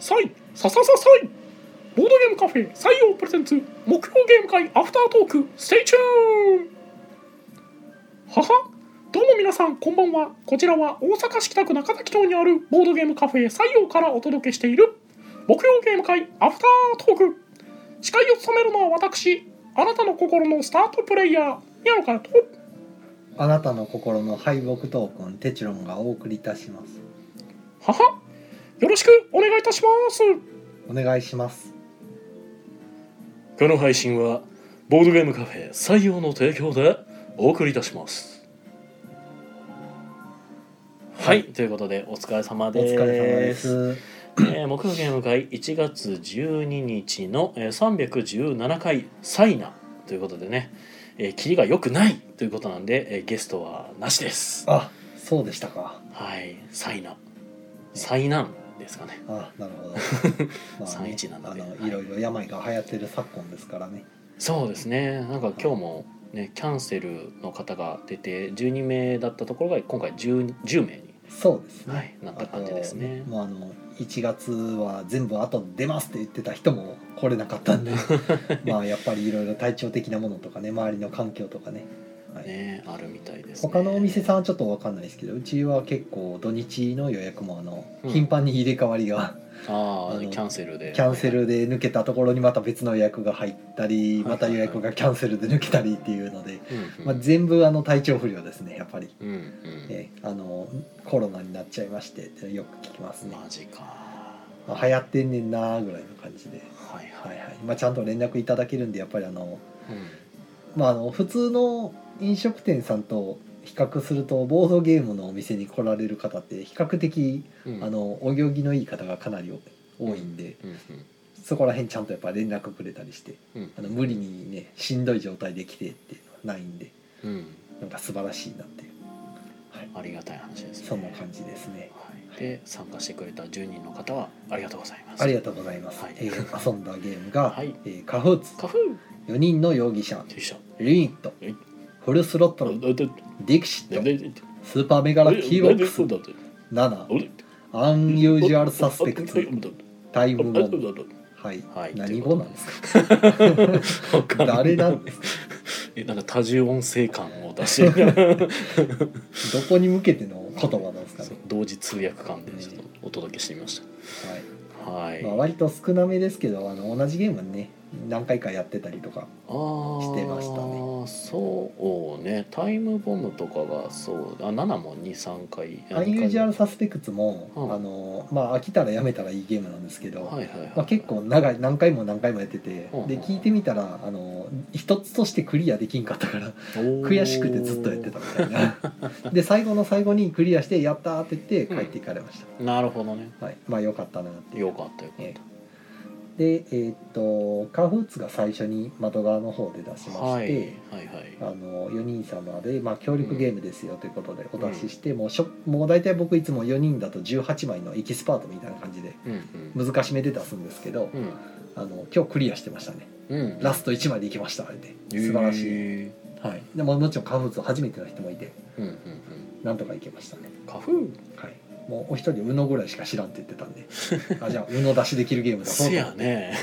サイササササイボードゲームカフェ採用プレゼンツ目標ゲーム会アフタートークステイチューン。はは、どうも皆さんこんばんは。こちらは大阪市北区中崎町にあるボードゲームカフェ採用からお届けしている目標ゲーム会アフタートーク。司会を務めるのは私、あなたの心のスタートプレイヤー宮野からと、 あなたの心の敗北トークンテチロンがお送りいたします。 はは、よろしくお願いいたします。 お願いします。 この配信はボードゲームカフェ採用の提供でお送りいたします。はい、ということでお疲れ様です。 お疲れ様です。 目標ゲーム会1月12日の317回サイナということでね、キリが良くないということなんで、ゲストはなしです。 あ、そうでしたか。 はい、サイナ災難ですかね。 あ、なるほど。まあ、ね、 31なのでいろいろ病が流行ってる昨今ですからね。 そうですね。なんか今日もね、キャンセルの方が出て12名だったところが今回 10名に、 そうですね、 はい、なった感じですね。 もう1月は全部後出ますって言ってた人も来れなかったんでまあやっぱりいろいろ体調的なものとかね、周りの環境とかね、はい、 ね、あるみたいですね。 他のお店さんはちょっと分かんないですけど、うちは結構土日の予約もうん頻繁に入れ替わりがキャンセルで抜けたところにまた別の予約が入ったり、 はいはいはい、 また予約がキャンセルで抜けたりっていうので、 うんうん、 まあ、全部体調不良ですね、やっぱり、 うんうん、 コロナになっちゃいましてってよく聞きますね。 マジか、 まあ、流行ってんねんなぐらいの感じで、 はいはいはい、 まあ、ちゃんと連絡いただけるんで、やっぱりうん、 まあ、普通の飲食店さんと比較するとボードゲームのお店に来られる方って比較的、 うん、 お行儀のいい方がかなり多いんで、 うんうん、 そこら辺ちゃんとやっぱ連絡くれたりして、 うん、 無理にねしんどい状態で来てっていうのはないんで、 うん、 なんか素晴らしいなっていう、 はい、ありがたい話ですね。 そんな感じですね。 はい、で参加してくれた10人の方はありがとうございます。 ありがとうございます。 はい、 遊んだゲームが、 はい、 カフーツ、4人の容疑者、リミット、フルスロットル、ディクシット、スーパーメガラッキーボックス、7、アンユージュアルサスペクツ、タイムボム。はい、はい、何語なんですか誰なんですかなんか多重音声感を出してどこに向けての言葉なんですかね。 同時通訳感でちょっとお届けしてみました。はい、はい、 まあ、割と少なめですけど、同じゲームね何回かやってたりとかしてましたね。 そうね、タイムボムとかがそう7も 2,3 回、 アンユージュアルサスペクツも、まあ飽きたらやめたらいいゲームなんですけど、まあ、結構長い、何回もやってて、で聞いてみたら一つとしてクリアできんかったから悔しくてずっとやってたみたいなで最後の最後にクリアしてやったって言って帰っていかれました。 なるほどね。 はい、まあよかったなって。 よかった。 でカフーツが最初に窓側の方で出しまして、4人様で、まあ、協力ゲームですよということでお出しして、もう大体僕いつも4人だと18枚のエキスパートみたいな感じで難しめで出すんですけど、今日クリアしてましたね。ラスト1枚でいきましたって素晴らしい。はい、でももちろんカフーツ初めての人もいて、なんとかいけましたね。 カフー、 はい、もうお一人UNOぐらいしか知らんって言ってたんでじゃあUNO出しできるゲームだそうやね。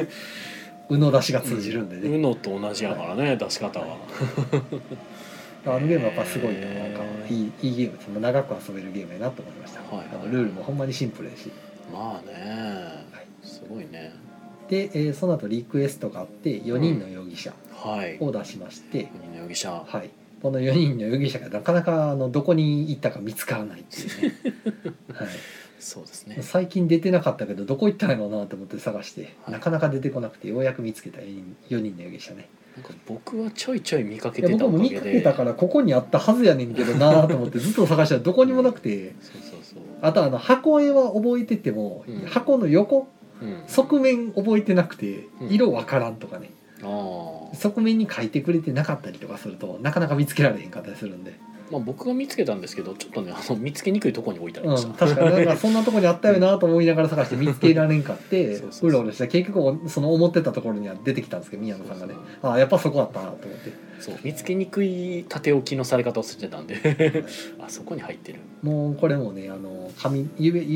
UNO出しが通じるんでね。 UNOと同じやからね、出し方は。 ゲームはやっぱすごいね、なんかいいゲームです。長く遊べるゲームやなと思いました。ルールもほんまにシンプルやし。 まあね、すごいね。 で、その後リクエストがあって4人の容疑者を出しまして、 4人の容疑者、はい、 この4人の容疑者がなかなかどこに行ったか見つからないっていうねはい、 そうですね。 最近出てなかったけどどこ行ったんやろうなと思って探して、なかなか出てこなくてようやく見つけた4人の容疑者ね。 なんか僕はちょいちょい見かけてたおかげで、 僕も見かけたからここにあったはずやねんけどなと思ってずっと探したらどこにもなくてあと箱絵は覚えてても、箱の横、側面覚えてなくて色わからんとかね、側面に書いてくれてなかったりとかするとなかなか見つけられへんかったりするんで、 まあ、僕が見つけたんですけどちょっとね見つけにくいところに置いてありました、 確かになんかそんなところにあったよなと思いながら探して見つけられんかってうろうろして結局その思ってたところには出てきたんですけど、宮野さんがねやっぱそこあったなと思って、 そう見つけにくい縦置きのされ方をしてたんであそこに入ってる。 もうこれもね言って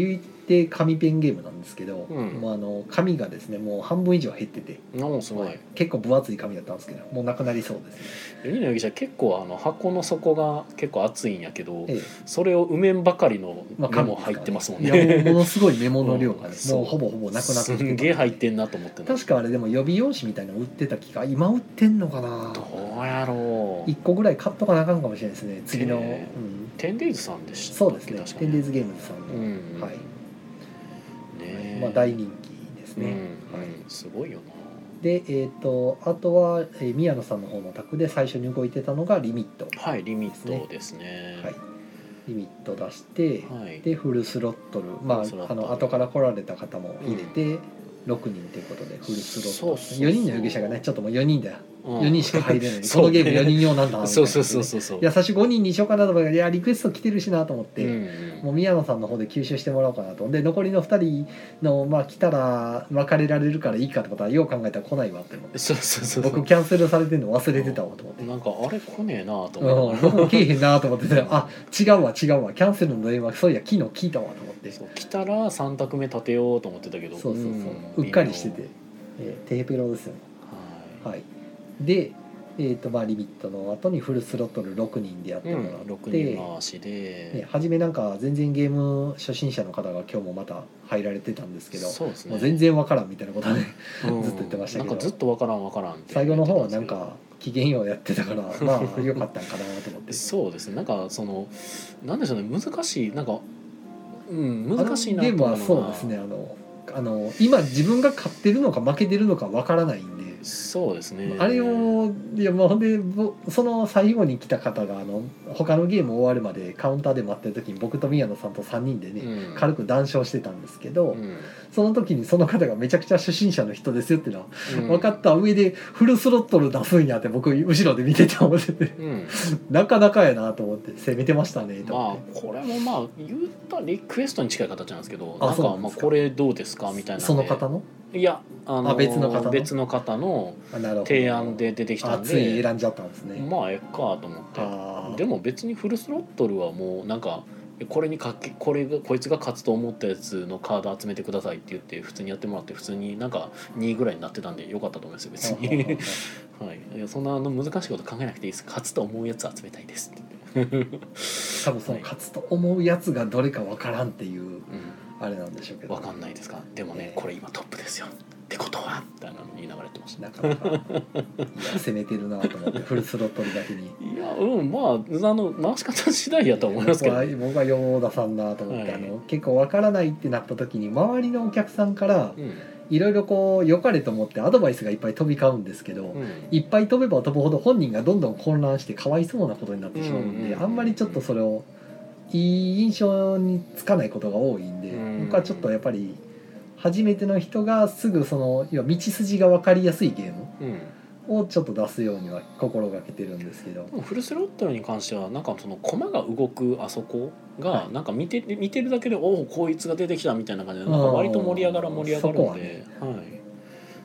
て紙ペンゲームなんですけど、 うんもう紙がですねもう半分以上減ってて、 すごい。 結構分厚い紙だったんですけどもうなくなりそうですね。 4人の容疑者結構箱の底が結構厚いんやけど、 ええそれを埋めんばかりのまあメモ入ってますもんいやもうね。 ものすごいメモの量がね、 そうもうほぼほぼなくなってきてすたんげえ入ってんなと思って確かあれでも予備用紙みたいなの売ってた気が今売ってんのかな。 どうやろう。 1個ぐらい買っとかなあかんかもしれないですね次の、 テンデイズさんでしたそうですね確かテンデイズゲームズさんの、 うんはい、 ねまあ、大人気ですね、 うんはい、 すごいよな。 であとは、宮野さんの方の卓で最初に動いてたのがリミット、 はいリミットですね。 はい、リミット出して、 はいでフルスロットル、まフルスロットルあ後から来られた方も入れて、6人ということでフルスロットル、4人の容疑者がねちょっともう4人だよ、4人しか入れないこのゲーム4人用なんだみたいな、 そうそういや最初5人にしようかなと思っていやリクエスト来てるしなと思って、 うんもう宮野さんの方で吸収してもらおうかなと。で残りの2人のまあ来たら別れられるからいいかってことはよう考えたら来ないわって思って、 そう僕キャンセルされてるの忘れてたわと思って、 なんかあれ来ねえなと思って、 僕も来えへんなと思っててあ違うわキャンセルの電話そういや昨日聞いたわと思ってそう来たら3択目立てようと思ってたけど、 そううっかりしてて、テーペロですよね。 はい、 はいでまあ、リミットの後にフルスロットル6人でやってもらって、 6人回しで、 初めなんか全然ゲーム初心者の方が今日もまた入られてたんですけど、 そうですね、 もう全然わからんみたいなことで、 うんずっと言ってましたけどなんかずっとわからんって最後の方はなんか機嫌ようやってたからまあ良かったんかなと思ってそうですね、なんかそのなんでしょうね、難しいなんか、難しいなゲームはと思そうですね今自分が勝ってるのか負けてるのかわからないんで、 そうですね、 あれをいやもうほんでその最後に来た方が他のゲーム終わるまでカウンターで待ってる時に僕と宮野さんと3人でね、軽く談笑してたんですけど、その時にその方がめちゃくちゃ初心者の人ですよっていうのは分かった上でフルスロットル出すんやって僕後ろで見てて思ってて、なかなかやなと思って攻めてましたねと思って、 これもまあ言ったらリクエストに近い形なんですけど、 なんかまあこれどうですかみたいな、 その方のいや別の方の提案で出てきたんで、 つい選んじゃったんですね。 まあえっかと思って、でも別にフルスロットルはもうなんかこいつが勝つと思ったやつのカード集めてくださいって言って普通にやってもらって、普通になんか2位ぐらいになってたんでよかったと思いますよ別に。はい、いやそんな難しいこと考えなくていいです、勝つと思うやつ集めたいですって多分その勝つと思うやつがどれかわからんっていう、あれなんでしょうけど、 分かんないですか。でもね、これ今トップですよってことはみたいなの言いながらやってました。 なかなかいや攻めてるなと思ってフルスロットルだけにいやまあ回し方次第やと思いますけど、 僕はよう出さんなと思って、結構わからないってなった時に周りのお客さんからいろいろこう良かれと思ってアドバイスがいっぱい飛び交うんですけど、いっぱい飛べば飛ぶほど本人がどんどん混乱してかわいそうなことになってしまうんで、あんまりちょっとそれをいい印象につかないことが多いんで、僕はちょっとやっぱり初めての人がすぐその要は道筋が分かりやすいゲームをちょっと出すようには心がけてるんですけど、 フルスロットルに関してはなんかその駒が動くあそこがなんか見てるだけでおおこいつが出てきたみたいな感じでなんか割と盛り上がるんで、はい、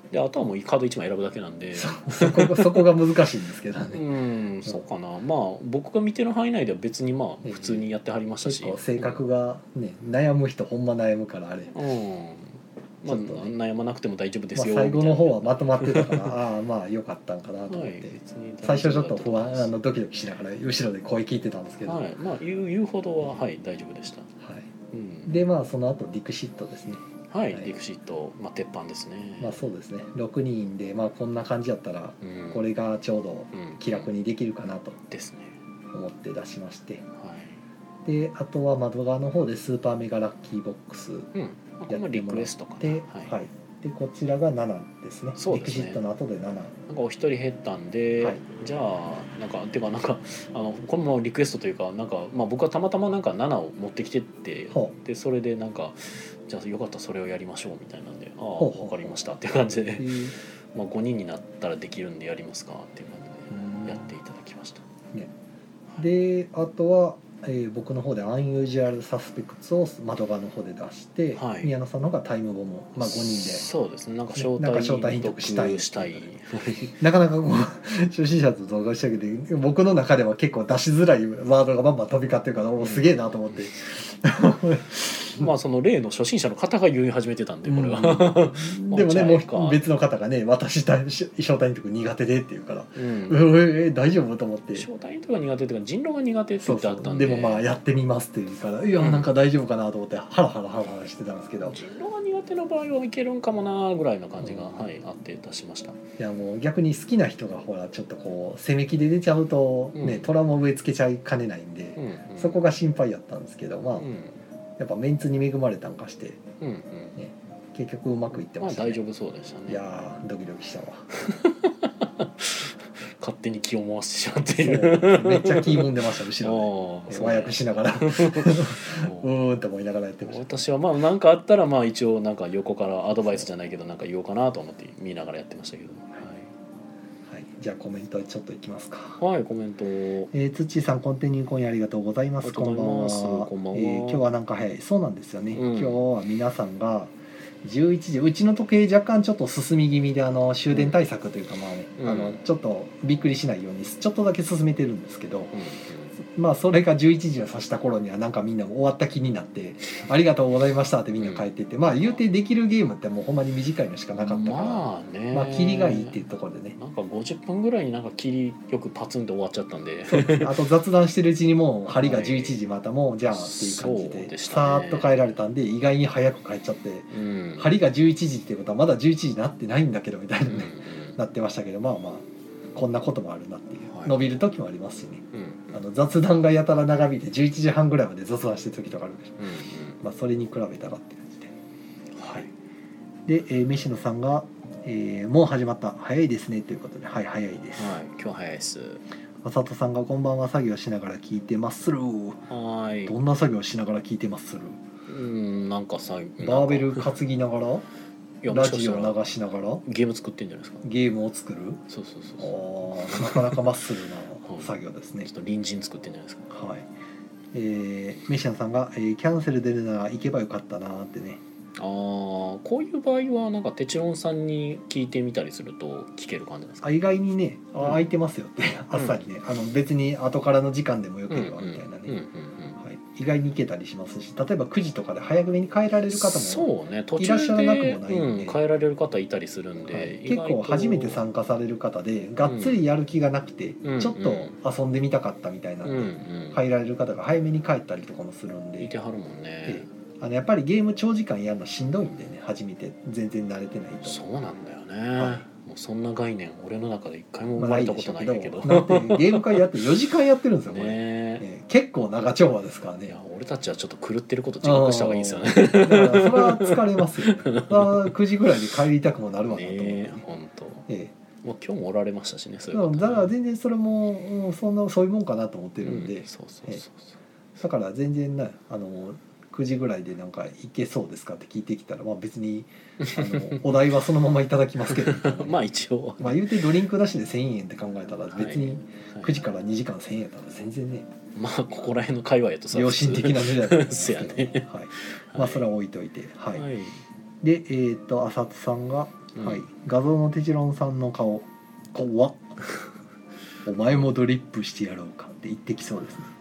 であとはもうカード1枚選ぶだけなんでそこが難しいんですけどね。 そうかな。まあ僕が見てる範囲内では別にまあ普通にやってはりましたし、 性格がね悩む人ほんま悩むからあれ、 まあ、悩まなくても大丈夫ですよ、 最後の方はまとまってたからまあ良かったんかなと思って、最初ちょっと不安ドキドキしながら後ろで声聞いてたんですけど、 まあ言うほどは大丈夫でした。 でまあその後ディクシットですね。 ディクシット、鉄板ですね。 そうですね。6人でこんな感じやったらこれがちょうど気楽にできるかなと思って出しまして、であとは窓側の方でスーパーメガラッキーボックスやってもらって、でこちらが7ですね。ディクシットの後で7。なんかお一人減ったんで、じゃあなんかてかなんかこれもリクエストというかなんか僕はたまたまなんか7を持ってきてって、でそれでなんかじゃあよかったらそれをやりましょうみたいなんで、分かりましたっていう感じで5人になったらできるんでやりますかっていう感じでやっていただきました。 であとは僕の方でアンユージュアルサスペクツを窓側の方で出して、宮野さんの方がタイムボム、5人でそうですね、なんか招待ヒントしたいなかなかこう初心者と動画したけど僕の中では結構出しづらいワードがバンバン飛び交ってるからすげえなと思ってまあその例の初心者の方が言い始めてたんでこれは、 でもねもう別の方がね私招待員とか苦手でって言うから、大丈夫と思って、 招待員とか苦手っていうか人狼が苦手って言ってあったんで、 でもまあやってみますって言うからいやなんか大丈夫かなと思ってハラハラしてたんですけど、 人狼が苦手の場合はいけるんかもなぐらいの感じが、あって出しました。いやもう逆に好きな人がほらちょっとこう攻め気で出ちゃうとね、トラウマ植え付けちゃいかねないんで、そこが心配やったんですけど、まあ、やっぱメンツに恵まれたんかして、ね、結局うまくいってましたね。 大丈夫そうでしたね。 いやドキドキしたわ勝手に気を回してしまっているめっちゃ気もんでました後ろで、和訳しながらって思いながらやってました。 私はまあ何かあったらまあ一応なんか横からアドバイスじゃないけどなんか言おうかなと思って見ながらやってましたけど、 じゃあコメントちょっといきますか。 はい、コメント。 土さんコンティニューコインありがとうございます。こんばんは。今日はなんか早い。そうなんですよね。今日は皆さんが11時、うちの時計若干ちょっと進み気味で終電対策というかまあね、ちょっとびっくりしないようにちょっとだけ進めてるんですけど、まあそれが11時を指した頃にはなんかみんなも終わった気になってありがとうございましたってみんな帰ってて、まあ言うてできるゲームってもうほんまに短いのしかなかったから、まあ切りがいいっていうところでね、 なんか50分ぐらいになんか切りよくパツンと終わっちゃったんで、 あと雑談してるうちにもう針が11時またもうじゃあっていう感じでさーっと帰られたんで意外に早く帰っちゃって、針が11時っていうことはまだ11時になってないんだけどみたいなね、なってましたけど、まあまあこんなこともあるなっていう、伸びる時もありますしね、雑談がやたら長引いて11時半ぐらいまで雑談してる時とかあるけど、まあそれに比べたらって感じで、で、飯野さんが、もう始まった早いですねということで、はい早いです、 今日早いです。 あさとさんがこんばんは作業しながら聞いてまする。はい。どんな作業しながら聞いてまする。 なんかさバーベル担ぎながらラジオ流しながらゲーム作ってんじゃないですか。 ゲームを作る。 そう。 なかなかマッスルな作業ですね。 ちょっと隣人作ってんじゃないですか。 はい。メシアンさんが、キャンセル出るなら行けばよかったなってね。 こういう場合はなんかテチロンさんに聞いてみたりすると聞ける感じなんですか。 意外にね、空いてますよってあっさりね、別に後からの時間でもよければみたいなね、意外に行けたりしますし、例えば9時とかで早めに帰られる方もいらっしゃらなくもないんで、 帰られる方いたりするんで、 結構初めて参加される方でがっつりやる気がなくて、ちょっと遊んでみたかったみたいなんで、入られる方が早めに帰ったりとかもするんで、 いてはるもんね。 やっぱりゲーム長時間やるのしんどいんでね、初めて全然慣れてないと。 そうなんだよね、もうそんな概念俺の中で一回も生まれたことないんだけど、 だってゲーム会やって4時間やってるんですよこれ、結構長丁場ですからね。いや俺たちはちょっと狂ってること自覚した方がいいですよね。 だからそれは疲れますよ9時ぐらいで帰りたくもなるわなと思って、 本当。もう今日もおられましたしね。 そういうことだから全然それもそういうもんかなと思ってるんで、だから全然な9時ぐらいでなんか行けそうですかって聞いてきたら、まあ別にお題はそのままいただきますけどまあ一応まあ言うてドリンクなしで1000円って考えたら別に9時から2時間1000円やったら全然ね、 まあここら辺の界隈やとさ良心的な値段だと思いますけどねまあそれは置いといて、で浅津さんが、画像のテチロンさんの顔怖っお前もドリップしてやろうかって言ってきそうですね。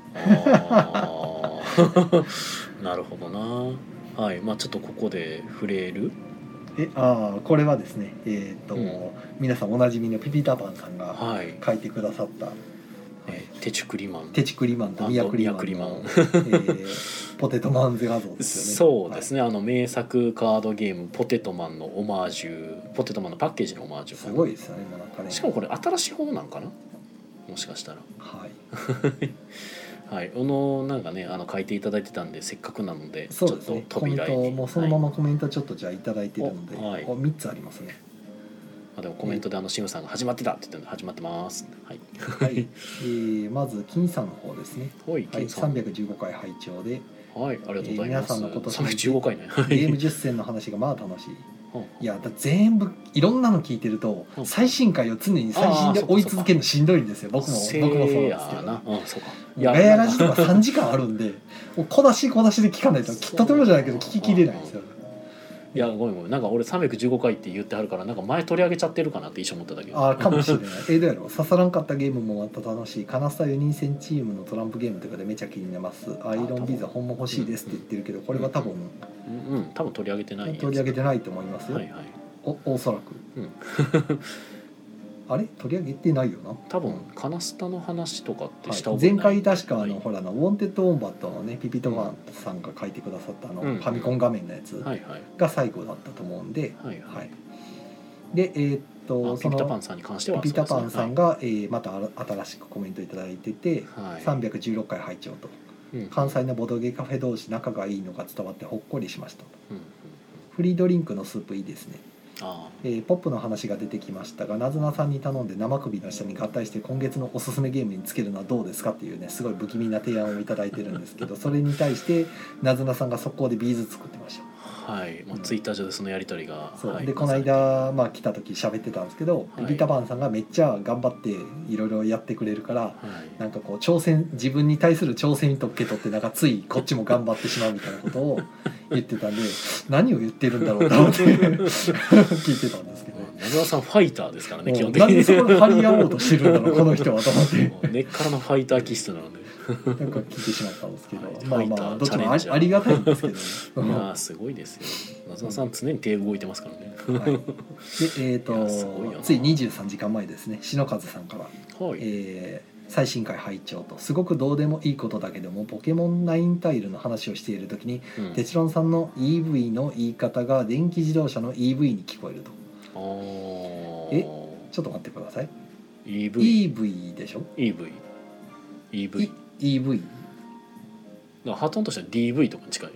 なるほどな。はい、まあちょっとここで触れる。 これはですね、皆さんおなじみのピピタパンさんが書いてくださった、 テチクリマンとミヤクリマンポテトマンズ画像ですよね。そうですね、名作カードゲームポテトマンのオマージュ、ポテトマンのパッケージのオマージュ、 すごいですよね。なんかね、 しかもこれ新しい方なんかな、もしかしたら。はい、なんかね書いていただいてたんで、せっかくなのでちょっと扉にもうそのままコメントちょっとじゃあいただいてるので、3つありますね。 でもコメントでシムさんが始まってたって言ってるので始まってます。 まず金さんの方ですね。315回拝聴で、 ありがとうございます。 皆さんの今年 315回ね。 ゲーム10選の話がまあ楽しい。いや全部いろんなの聞いてると最新回を常に最新で追い続けるのしんどいんですよ。僕もそうなんですけど、ガヤラジとか3時間あるんでもう小出しで聞かないととてもじゃないけど聞ききれないんですよ。 いやごめんごめん、なんか俺315回って言ってはるからなんか前取り上げちゃってるかなって一瞬思っただけど。 ああかもしれないどうやろ刺さらんかったゲームもあった楽しいカナスタ4人戦チームのトランプゲームとかでめちゃ気になりますアイロンビザ本も欲しいですって言ってるけどこれは多分多分取り上げてないやつ取り上げてないと思いますよ、 はいはい、 おそらく、あれ取り上げてないよな多分カナスタの話とかってした覚えない、前回確かほらウォンテッド・オンバットのねピピトマンさんが書いてくださったファミコン画面のやつが最後だったと思うんで、でそのピピタパンさんに関してはピピタパンさんが、また新しくコメントいただいてて、316回拝聴と、関西のボドゲカフェ同士仲がいいのが伝わってほっこりしましたと、フリードリンクのスープいいですね。ポップの話が出てきましたがなずなさんに頼んで生首の下に合体して今月のおすすめゲームにつけるのはどうですかっていうねすごい不気味な提案をいただいてるんですけどそれに対してなずなさんが速攻でビーズ作ってました。はい、ツイッター上でそのやり取りが、でこの間、来た時喋ってたんですけど、ピピタパンさんがめっちゃ頑張っていろいろやってくれるから、なんかこう自分に対する挑戦と受け取ってなんかついこっちも頑張ってしまうみたいなことを言ってたんで何を言ってるんだろうと思って聞いてたんですけど、野沢さんファイターですからね基本的に。なんでそこで張り合おうとしてるんだろうこの人はと思って根っからのファイター気質なのでなんか聞いてしまったんですけど、どっちもありがたいんですけど、ね、いやすごいですよ。夏野さん常に手動いてますからね。でつい23時間前ですね篠和さんから、最新回拝聴とすごくどうでもいいことだけどもポケモンナインタイルの話をしている時に、テチロンさんの EV の言い方が電気自動車の EV に聞こえると。ちょっと待ってください。 EV でしょ。 EV発音としては DV とかに近い。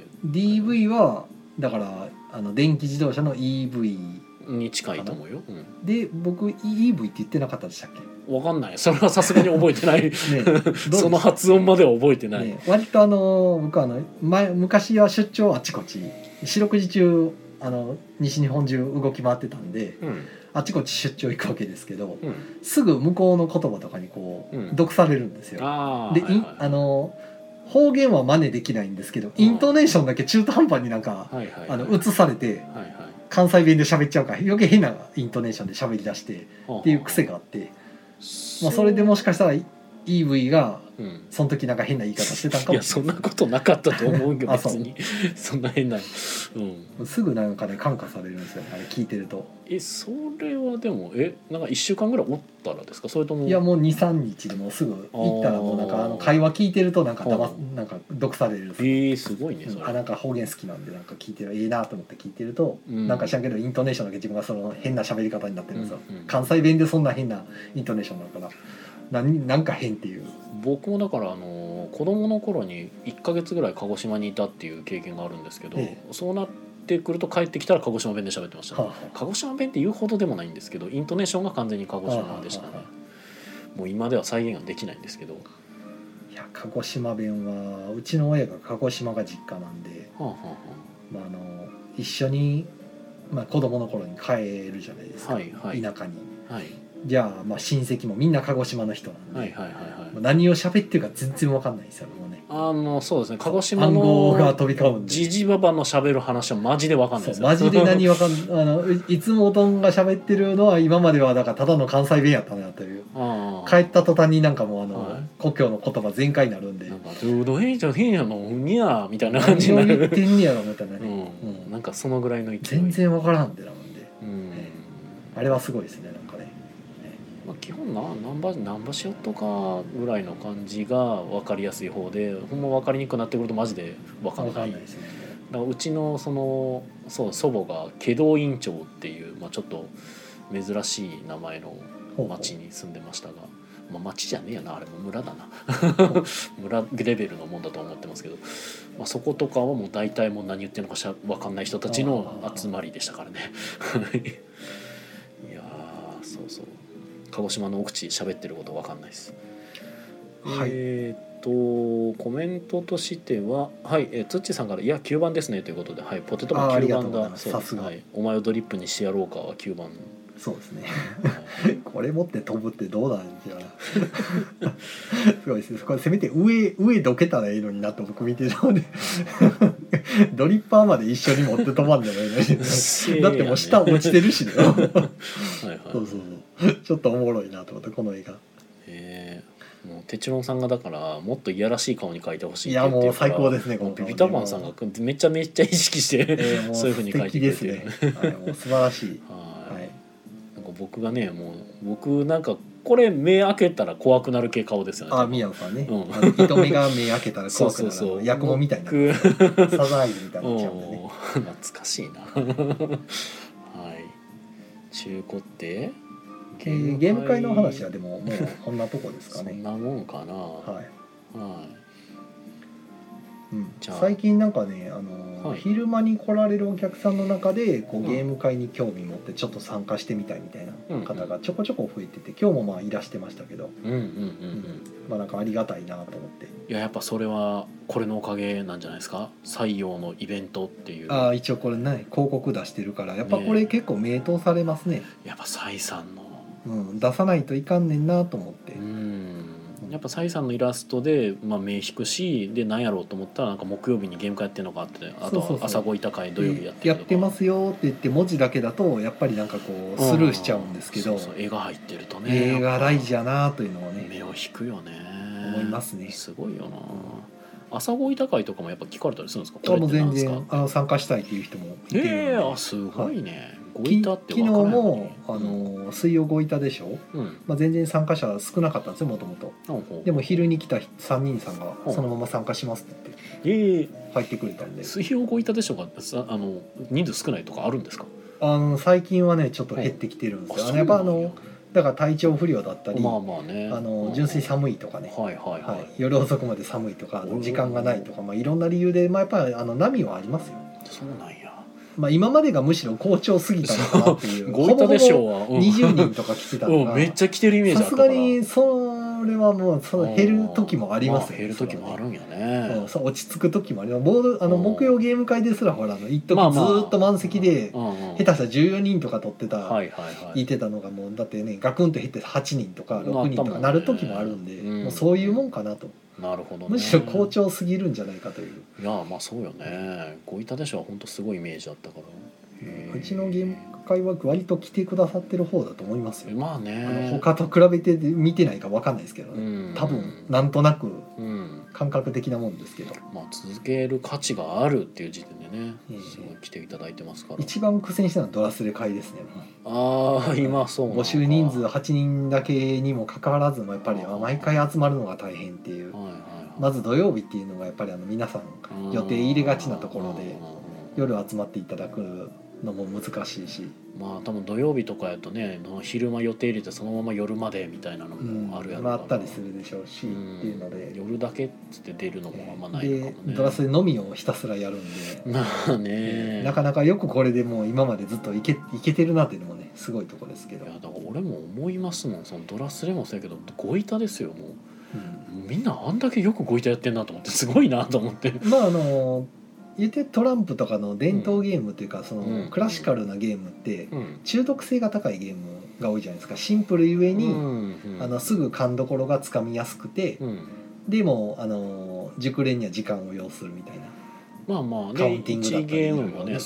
DV はだから電気自動車の EV に近いと思うよ、で僕 EV って言ってなかったでしたっけ。わかんない、それはさすがに覚えてないねその発音までは覚えてない、割と僕昔は出張あちこち四六時中西日本中動き回ってたんで、あちこち出張行くわけですけど、すぐ向こうの言葉とかにこう、読されるんですよ。で、方言は真似できないんですけど、イントネーションだけ中途半端になんか映されて、関西弁で喋っちゃうから余計変なイントネーションで喋り出してっていう癖があって、それでもしかしたら EV がその時なんか変な言い方してたんかも。いやそんなことなかったと思うけど別にそんな変な、すぐなんかね感化されるんですよねあれ聞いてると。それはでもなんか1週間ぐらいおったらですか、それとも。いやもう 2,3 日でもすぐ行ったらもうなんか会話聞いてるとなんかなんか読される。すごいねそれ。なんか方言好きなんでなんか聞いてるいいなと思って聞いてると、なんか知らんけどイントネーションだけ自分がその変な喋り方になってるんですよ、関西弁でそんな変なイントネーションだからなんか変っていう。僕もだから子供の頃に1ヶ月ぐらい鹿児島にいたっていう経験があるんですけど、そうなってくると帰ってきたら鹿児島弁で喋ってました、ね。鹿児島弁って言うほどでもないんですけどイントネーションが完全に鹿児島でしたね。もう今では再現ができないんですけど。いや鹿児島弁はうちの親が鹿児島が実家なんで、一緒に、子供の頃に帰るじゃないですか、田舎に。じゃあ、親戚もみんな鹿児島の人なんで、何を喋ってるか全然分かんないですよね。そうですね、鹿児島のジジババの喋る話はマジで分かんないですよ。マジで何分かんいつもおとんが喋ってるのは今まではだからただの関西弁やったなという。帰った途端になんかもう故郷の言葉全開になるんで、なんかど変じゃ変やのにゃみたいな感じになる。何を言ってんねやろみたいなね。なんかそのぐらいの勢い。全然分からんってなるんで、あれはすごいですね。基本何場所とかぐらいの感じが分かりやすい方で、ほんま分かりにくくなってくるとマジで分かんないですね。だからうちの祖母が祁答院町っていう、ちょっと珍しい名前の町に住んでましたが、町じゃねえやなあれも村だな村レベルのもんだと思ってますけど、そことかはもう大体もう何言ってるのか分かんない人たちの集まりでしたからねいやそう鹿児島の奥地喋ってること分かんないです。はい、コメントとしては、つっちーさんから「いや9番ですね」ということで、ポテトも9番だそうです。お前をドリップにしてやろうかは9番そうですねこれ持って飛ぶってどうなんじゃすごいですね。これせめて上どけたらいいのになって僕見てるのでドリッパーまで一緒に持って飛ばんでもいいのにだってもう下落ちてるしねはい、はい、そうそうちょっとおもろいなと思ってこの映画。 もうテチロンさんがだからもっといやらしい顔に描いてほしいって言ってるから。いやもう最高ですね。 もうビビタマンさんがめちゃめちゃ意識して、そういう風に描いてくれてる、 ねはい、もう素晴らしいはい、なんか僕がねもう僕なんかこれ目開けたら怖くなる系顔ですよね。 宮野さんね、人目が目開けたら怖くなるそうヤクモみたいなサザエみたいになっちゃうんでね懐かしいなはい中古ってゲーム会の話はでももうこんなとこですかねそんなもんかな。 はい、 はい最近なんかねはい、 昼間に来られるお客さんの中でこうゲーム会に興味持ってちょっと参加してみたいみたいな方がちょこちょこ増えてて、今日もまあいらしてましたけど、まあなんかありがたいなと思って。 いややっぱそれはこれのおかげなんじゃないですか。採用のイベントっていう。 一応これね広告出してるからやっぱこれ結構名答されますね。 やっぱサイさんの、 出さないといかんねんなと思って。 やっぱサイさんのイラストで、目引くしで何やろうと思ったらなんか木曜日にゲーム会やってるのがあって、あとは朝ごいた会土曜日やってるやってますよって言って文字だけだとやっぱりなんかこうスルーしちゃうんですけど、 そう絵が入ってるとね絵が大事やなというのをね目を引くよね思いますね。 すごいよな、朝ごいた会とかもやっぱ聞かれたりするんですか。 もう全然参加したいっていう人もいてるんで、 すごいね、 昨日も水曜ごいたでしょ、全然参加者少なかったんですよもともと。でも昼に来た3人さんがそのまま参加しますって言って入ってくれたんで。 水曜ごいたでしょが人数少ないとかあるんですか。 最近はねちょっと減ってきてるんですよ。やっぱだから体調不良だったり、純粋に寒いとかね、夜遅くまで寒いとか時間がないとか、いろんな理由で、やっぱり波はありますよ。 そうなんや。 今までがむしろ好調すぎたのかなっていう。 ごいたでしょうは 20人とか来てたのがめっちゃ来てるイメージあったから。 さすがにそれはもう減る時もありますよね。 減る時もあるんやね。 落ち着く時もあります。木曜ゲーム会ですらほら一時ずっと満席で下手したら14人とか取ってた言ってたのがもうだってねガクンと減って8人とか6人とかなる時もあるんで、もうそういうもんかなと。 なるほどね、 むしろ好調すぎるんじゃないかという。 いやそうよね。ごいたでしょは本当すごいイメージあったから。 うちのゲーム会は割と来てくださってる方だと思いますよ。他と比べて見てないか分かんないですけどね、多分なんとなく感覚的なもんですけど、 続ける価値があるっていう時点でね、すごい来ていただいてますから。 一番苦戦したのはドラスレ会ですね。 今そう募集人数8人だけにもかかわらずもやっぱり毎回集まるのが大変っていう、まず土曜日っていうのがやっぱり皆さん予定入れがちなところで夜集まっていただくのも難しいし、 多分土曜日とかやとね昼間予定入れてそのまま夜までみたいなのもあるやろから、 あったりするでしょうし、っていうので夜だけっつって出るのもあんまないのかもね。 でドラスでのみをひたすらやるんで、 なかなかよくこれでもう今までずっといけてるなっていうのもねすごいとこですけど。 いやだから俺も思いますもん。そのドラスレもそうやけどごいたですよ。もう、みんなあんだけよくごいたやってんなと思ってすごいなと思って。 言ってトランプとかの伝統ゲームというかそのクラシカルなゲームって中毒性が高いゲームが多いじゃないですか。シンプルゆえにすぐ勘どころがつかみやすくて、でも熟練には時間を要するみたいな。カウンティングだったりで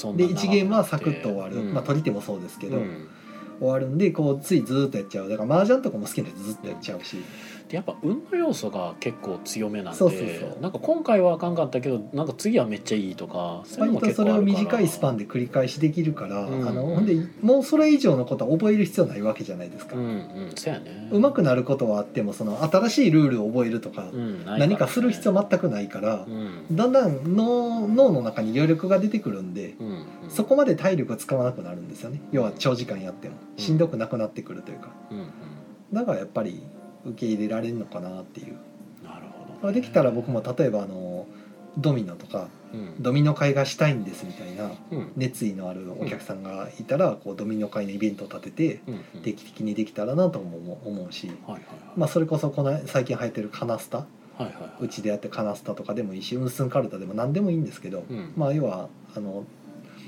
1ゲームはサクッと終わる、取り手もそうですけど、終わるんでこうついずっとやっちゃう。だから麻雀とかも好きなやつずっとやっちゃうし、 やっぱ運の要素が結構強めなんで、なんか今回はあかんかったけどなんか次はめっちゃいいとか、 割とそれを短いスパンで繰り返しできるから、ほんでもうそれ以上のことは覚える必要ないわけじゃないですか。 そうやね。 上手くなることはあってもその新しいルールを覚えるとか、何かする必要は全くないから、だんだん脳の中に余力が出てくるんで、そこまで体力使わなくなるんですよね。要は長時間やってもしんどくなくなってくるというか、だからやっぱり受け入れられるのかなっていう。 なるほど、 できたら僕も例えばドミノとか、ドミノ会がしたいんですみたいな熱意のあるお客さんがいたら、こうドミノ会のイベントを立てて定期的にできたらなとも思うし、それこそ最近流行ってるカナスタ、うちでやってカナスタとかでもいいし、ウンスンカルタでも何でもいいんですけど、要は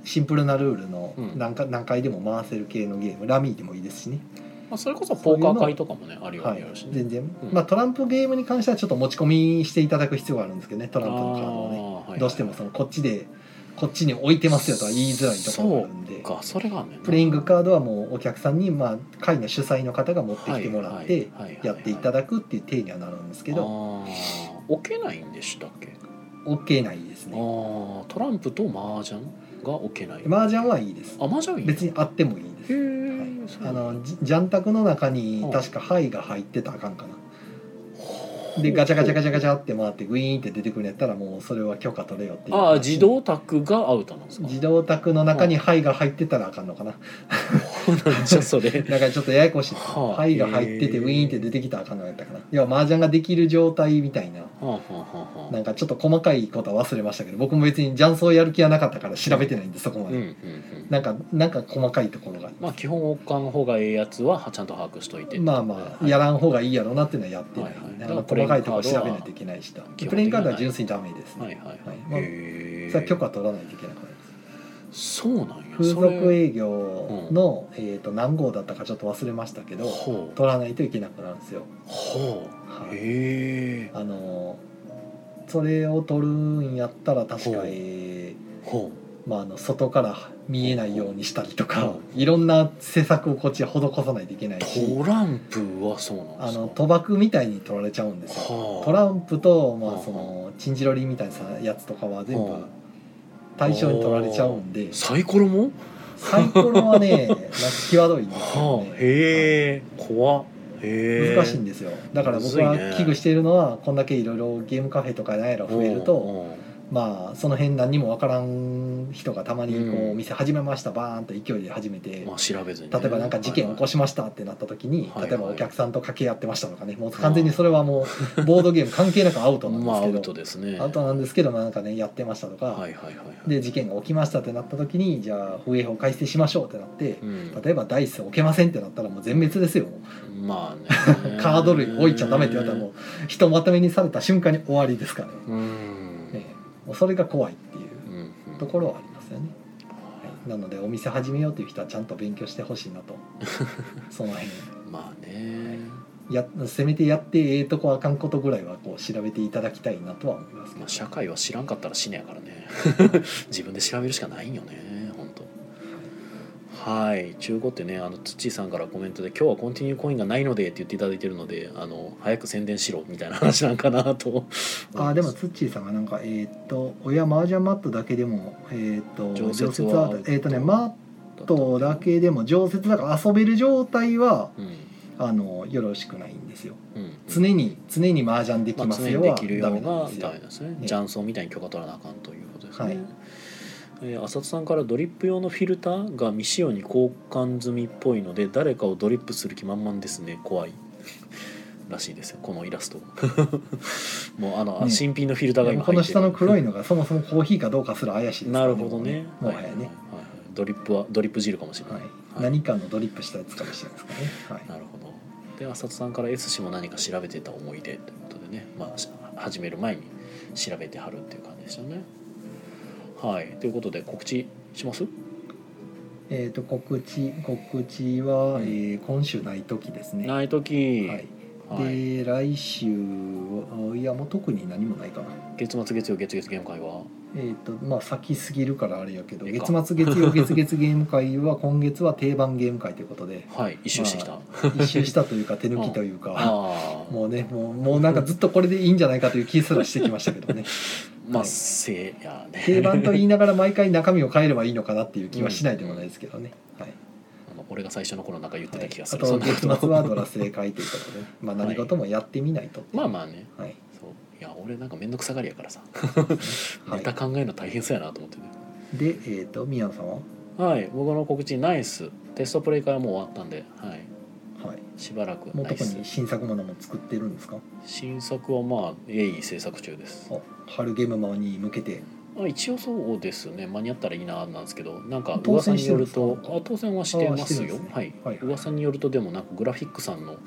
シンプルなルールのうん何回でも回せる系のゲーム、ラミーでもいいですしね。 まあ、それこそポーカー会とかもねあるようはいにあるしね、 全然、 うんまあトランプゲームに関してはちょっと持ち込みしていただく必要があるんですけどね、トランプのカードをね、 あーはいはいどうしてもそのこっちに置いてますよとは言いづらいところがあるんで、 そうかそれがあんねんなプレイングカードはもうお客さんに、まあ会の主催の方が持ってきてもらってやっていただくっていう体にはなるんですけど、 ああ置けないんでしたっけ。 置けないですね。 ああトランプと麻雀が置けない。 麻雀はいいです。 あ麻雀いい別にあってもいいです。 へえ、 はい、ジャンタクの中に確か牌が入ってたらあかんかな。でガチャガチャガチャガチャって回ってグイーンって出てくるんやったらもうそれは許可取れよっていう。 ああ自動卓がアウトなんですか。 自動卓の中に牌が入ってたらあかんのかな。 なんじゃそれ。 だからちょっとややこしいです。 はあ牌が入っててウィーンって出てきたらあかんのやったかな。要は麻雀ができる状態みたいな。 はあはあはあはあなんかちょっと細かいことは忘れましたけど、僕も別に雀荘やる気はなかったから調べてないんでそこまで。 うんうんうん、 なんか細かいところがまあ基本置かん方がええやつはちゃんと把握しといて。 まあまあやらん方がいいやろうなっていうのはやってない、 はいはいだから細かいところ調べないといけないしと。プレインカードは純粋にダメですね。 はいはいはい。 まあへえ。 それは許可取らないといけなくなります。 そうなんや。 風それ俗営業の、何号だったかちょっと忘れましたけど、 ほう取らないといけなくなるんですよ。 ほう。 はい、 へえ。 それを取るんやったら確か、 ほまあ、外から見えないようにしたりとか、 ういろんな施策をこっちは施さないといけないし、 トランプはそうなんですか。 賭博みたいに取られちゃうんですよ。 はあトランプと、まあ、 はあそのチンジロリンみたいなやつとかは全部はあ対象に取られちゃうんで、 サイコロも。 サイコロはねなんか際どいんですよはあ、 ね。 へえ怖っ。へえ。 難しいんですよ。だから僕は危惧しているのはこんだけいろいろゲームカフェとかなんやら増えると、まあその辺何にも分からん人がたまにこうお店始めましたバーンと勢いで始めて、 まあ調べずにね、 例えばなんか事件起こしましたってなった時に、 はいはい例えばお客さんと掛け合ってましたとかね、もう完全にそれはもうボードゲーム関係なくアウトなんですけど、 まあアウトですね。 アウトなんですけど、なんかねやってましたとか、 はいはいはいはい。 で事件が起きましたってなった時にじゃあ不衛法改正しましょうってなって、 うん、 例えばダイス置けませんってなったらもう全滅ですよ。 まあねカード類置いちゃダメって言われたらもうひとまとめにされた瞬間に終わりですからね。 うんねもうそれが怖いっていううんところはありますよね。はい、なのでお店始めようという人はちゃんと勉強してほしいなとその辺まあね、 せめてやってええとこあかんことぐらいはこう調べていただきたいなとは思いますけど、 まあ、社会は知らんかったら死ねやからね自分で調べるしかないんよね本当。はい中古ってねツッチーさんからコメントで今日はコンティニューコインがないのでって言っていただいてるので早く宣伝しろみたいな話なんかなとでもツッチーさんがなんか親麻雀マットだけでも常設はマットだけでも常設だから遊べる状態は、よろしくないんですよ、常に麻雀できますよは常にできるようがダメですね。雀荘みたいに許可取らなあかんということですね。浅田さんからドリップ用のフィルターが未使用に交換済みっぽいので誰かをドリップする気満々ですね怖いらしいですよこのイラストもう新品のフィルターが今この下の黒いのがそもそもコーヒーかどうかすら怪しいですなるほどねもはやね、 ドリップ汁かもしれない、 何かのドリップしたやつかもしれないですかね、 なるほど。で浅田さんから S 氏も何か調べてた思い出ということでね、始める前に調べてはるっていう感じでしたね。はいということで告知します？ 告知は、今週ない時ですね。 ない時、 で来週いやもう特に何もないかな。 月末月曜月月ゲーム会は先すぎるからあれやけど月末月曜月月ゲーム会は今月は定番ゲーム会ということで一周してきた、 一周したというか手抜きというかもうねもうなんかずっとこれでいいんじゃないかという気すらしてきましたけどねせやね定番と言いながら毎回中身を変えればいいのかなっていう気はしないでもないですけどね、 俺が最初の頃なんか言ってた気がする、 あと月末はドラスレ会ということで、何事もやってみないと、 まあね、そういや俺なんか面倒くさがりやからさネタ考えるの大変そうやなと思ってね。 で宮野さんは僕の告知ナイステストプレイ会はもう終わったんでしばらくもう特に新作ものも作ってるんですか？ 新作は鋭意制作中です。 春ゲームマに向けて一応そうですね間に合ったらいいななんですけどなんか噂によると当選はしてますよ。噂によるとでもなんかグラフィックさんの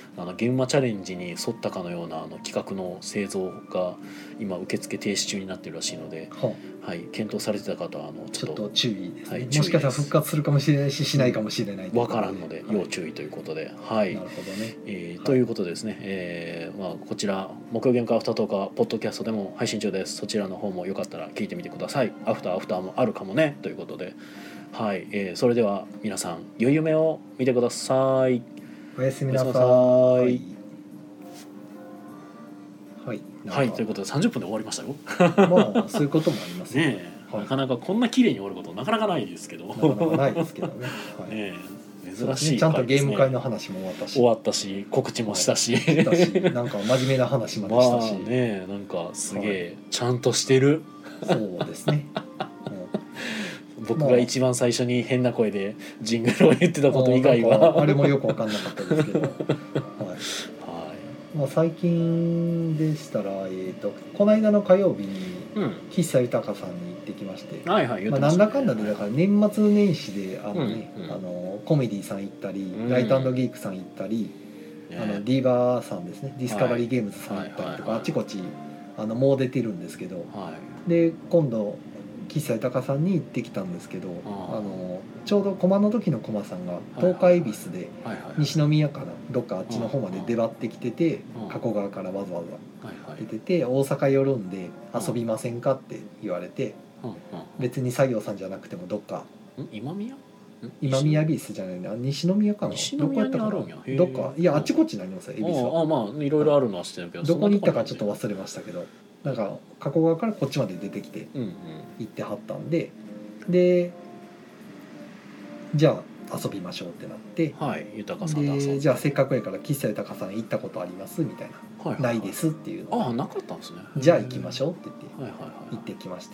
ゲームマチャレンジに沿ったかのような企画の製造が今受付停止中になってるらしいので、 ははい、検討されてた方はちょっと注意ですね、 はい、 もしかしたら復活するかもしれないししないかもしれない分からんので要注意ということで、はい、 なるほどね、 ということでですね、こちら木曜ゲーム会アフタートークはポッドキャストでも配信中です。そちらの方もよかったら聞いてみてください。アフターもあるかもねということで、はい、それでは皆さん良い夢を見てください。 おやすみなさい。はい、 はい、ということで30分で終わりましたよ。 まあそういうこともありますね。 ねえ、なかなかこんな綺麗に終わることなかなかないですけど。 なかなかないですけどね。はい、 ねえ、珍しい、 ちゃんとゲーム会の話も終わったし告知もしたし、 なんか真面目な話までしたし、 ねえ、なんかすげえちゃんとしてる。 そうですね。 僕が一番最初に変な声でジングルを言ってたこと以外はあれもよく分かんなかったですけど、はい、まあ、最近でしたら、この間の火曜日に岸佐豊さんに行ってきまして、 はいはい、 まあ、なんだかんだでだから年末年始でコメディさん行ったり、ライト&ギークさん行ったり、ディーバーさんですね、ディスカバリーゲームズさん行ったりとか、あちこちもう出てるんですけど、で今度岸佐豊さんに行ってきたんですけど、ちょうど駒の時の駒さんが東海恵比寿で西宮からどっかあっちの方まで出張ってきてて、加古川からわざわざ出てて、大阪寄るんで遊びませんかって言われて、別に作業さんじゃなくてもどっか今宮恵比寿じゃないな、西宮かな、どこやったかな、どっか、いやあっちこっちになりますよ恵比寿は。 まあいろいろあるのは知ってるけど、 どこに行ったかちょっと忘れましたけど、なんか加古川からこっちまで出てきて行ってはったんで、でじゃあ遊びましょうってなって、 はい、豊さんでじゃあせっかくやから岸佐豊さん行ったことありますみたいな、ないですっていうの、 なかったんですね。 じゃあ行きましょうって言って行ってきまして、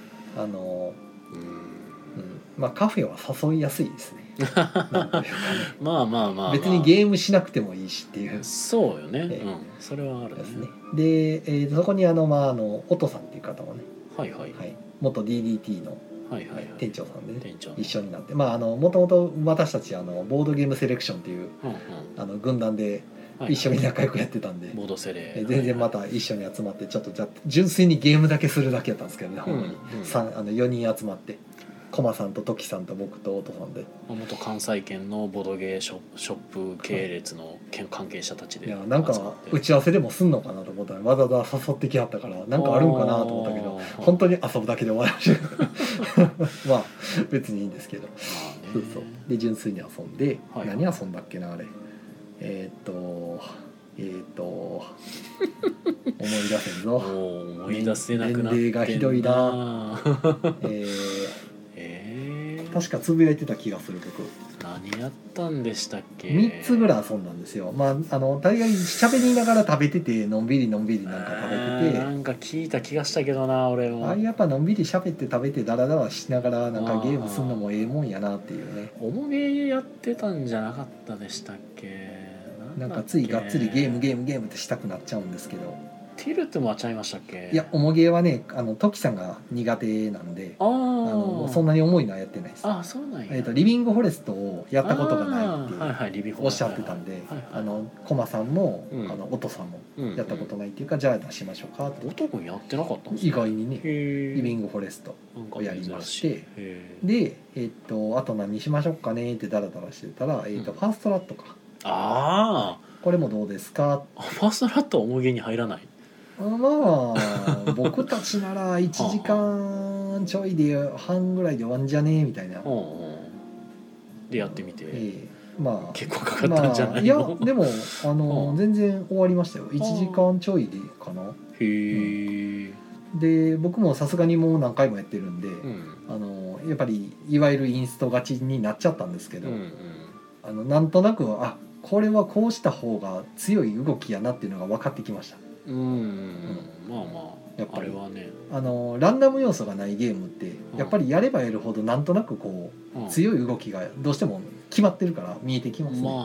まあカフェは誘いやすいですね。なんというかね、 まあ別にゲームしなくてもいいしっていう。 そうよね、それはあるですね。で、そこにオトさんっていう方もね、元 DDT の店長さんでね、一緒になって、まあもともと私たちボードゲームセレクションっていう軍団で一緒に仲良くやってたんで、 ボードセレ全然また一緒に集まってちょっとじゃ純粋にゲームだけするだけやったんですけどね、ほんまに4人集まって。コマさんとトキさんと僕とオトさんで、 元関西圏のボドゲーショップ系列の関係者たちで、 いやなんか打ち合わせでもすんのかなと思ったらわざわざ誘ってきはったからなんかあるんかなと思ったけど、本当に遊ぶだけで終わりましたまあ別にいいんですけど、そうで純粋に遊んで、何遊んだっけなあれ、思い出せんぞ、 思い出せなくなってんな、 年齢がひどいな確かつぶやいてた気がする。曲何やったんでしたっけ。 3つぐらい遊んだんですよ。まあ大概喋りながら食べててのんびりなんか食べてて、 なんか聞いた気がしたけどな俺も。 やっぱのんびり喋って食べてダラダラしながらなんかゲームするのもええもんやなっていうね。 おもげやってたんじゃなかったでしたっけ。 なんかついがっつりゲームってしたくなっちゃうんですけど。 ティルトもあちゃいましたっけ。 いやおもげはねトキさんが苦手なんで、そんなに重いのはやってないです。 そうなんや。 リビングフォレストをやったことがないっておっしゃってたんで、コマさんもオトさんもやったことないっていうか、じゃあ出しましょうかって。 オト君やってなかったんですか。 意外にねリビングフォレストをやりまして、であと何しましょうかねってダラダラしてたら、ファーストラットか。これもどうですか。 ファーストラットは重げに入らない。 まあ僕たちなら1時間ちょいで半ぐらいで終わんじゃねえみたいなでやってみて、 まあ結構かかったんじゃないの。 いやでも全然終わりましたよ。1時間ちょいでかな。 へえ。 で僕もさすがにもう何回もやってるんで、やっぱりいわゆるインスト勝ちになっちゃったんですけど、なんとなくこれはこうした方が強い動きやなっていうのが分かってきました。まあやっぱりあれはね、 ランダム要素がないゲームってやっぱりやればやるほどなんとなくこう、強い動きがどうしても決まってるから見えてきますね。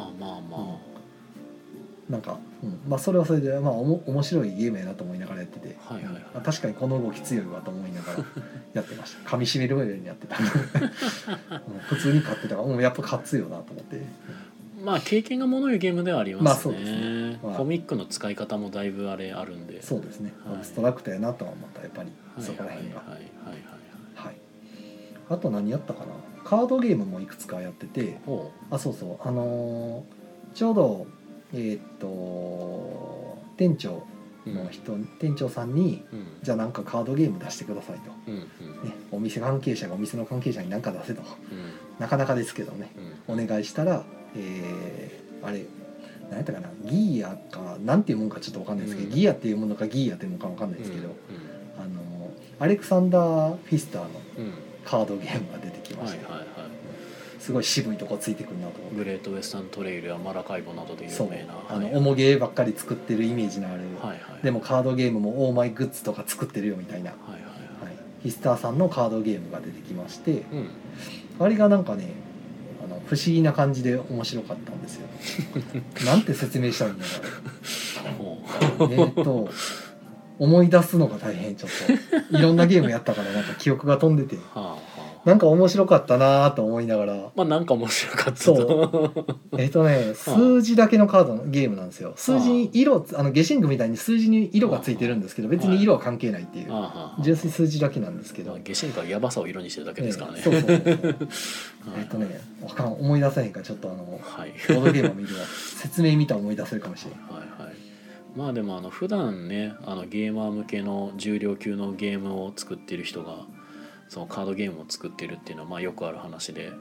なんか、まあそれはそれで面白いゲームやなと思いながらやってて、確かにこの動き強いわと思いながらやってました。噛み締めるようにやってた普通に勝ってたからやっぱ勝つよなと思って。 まあ経験がもの言うゲームではありますね。 まあそうですねまあコミックの使い方もだいぶあるんで。 そうですね、 はいアブストラクトやなとは思ったやっぱりそこら辺が。 はいはいはいはい、あと何やったかな、カードゲームもいくつかやってて、 ほそうそうちょうど店長う。 の人、店長さんにうんじゃあなんかカードゲーム出してくださいと、 うんうんね、お店関係者がお店の関係者に何か出せと、 うんなかなかですけどねうんお願いしたら、あれ何やったかな、ギーヤかなんていうもんかちょっと分かんないですけど、ギーヤっていうものかギーヤっていうものか分かんないですけど、アレクサンダー・フィスターのうんうんカードゲームが出てきまして、 はいはいはい。 すごい渋いとこついてくるなと思って。 グレートウェスタントレイルやマラカイボなどでそう有名な。 重ゲーばっかり作ってるイメージのある、 はいはい。 でもカードゲームもオーマイグッズとか作ってるよみたいな、 はいはいははい、ヒスターさんのカードゲームが出てきまして、 い。うん。 あれがなんかね不思議な感じで面白かったんですよなんて説明したらいいんだほろう思い出すのが大変、ちょっといろんなゲームやったからなんか記憶が飛んでてう。はあはあ。 なんか面白かったなと思いながら、 まあなんか面白かったそと。 数字だけのカードのゲームなんですよ。数字に色ゲシングみたいに数字に色がついてるんですけど、別に色は関係ないっていうはあはあ。 純粋数字だけなんですけど、 下進化はヤバさを色にしてるだけですからね。 そうそうそうそうはいわかん思い出せへんからちょっとはい。 ボードゲームを見るわ説明見たら思い出せるかもしれない。 はいはい。まあでも普段ねゲーマー向けの重量級のゲームを作ってる人がそのカードゲームを作ってるっていうのはまあよくある話で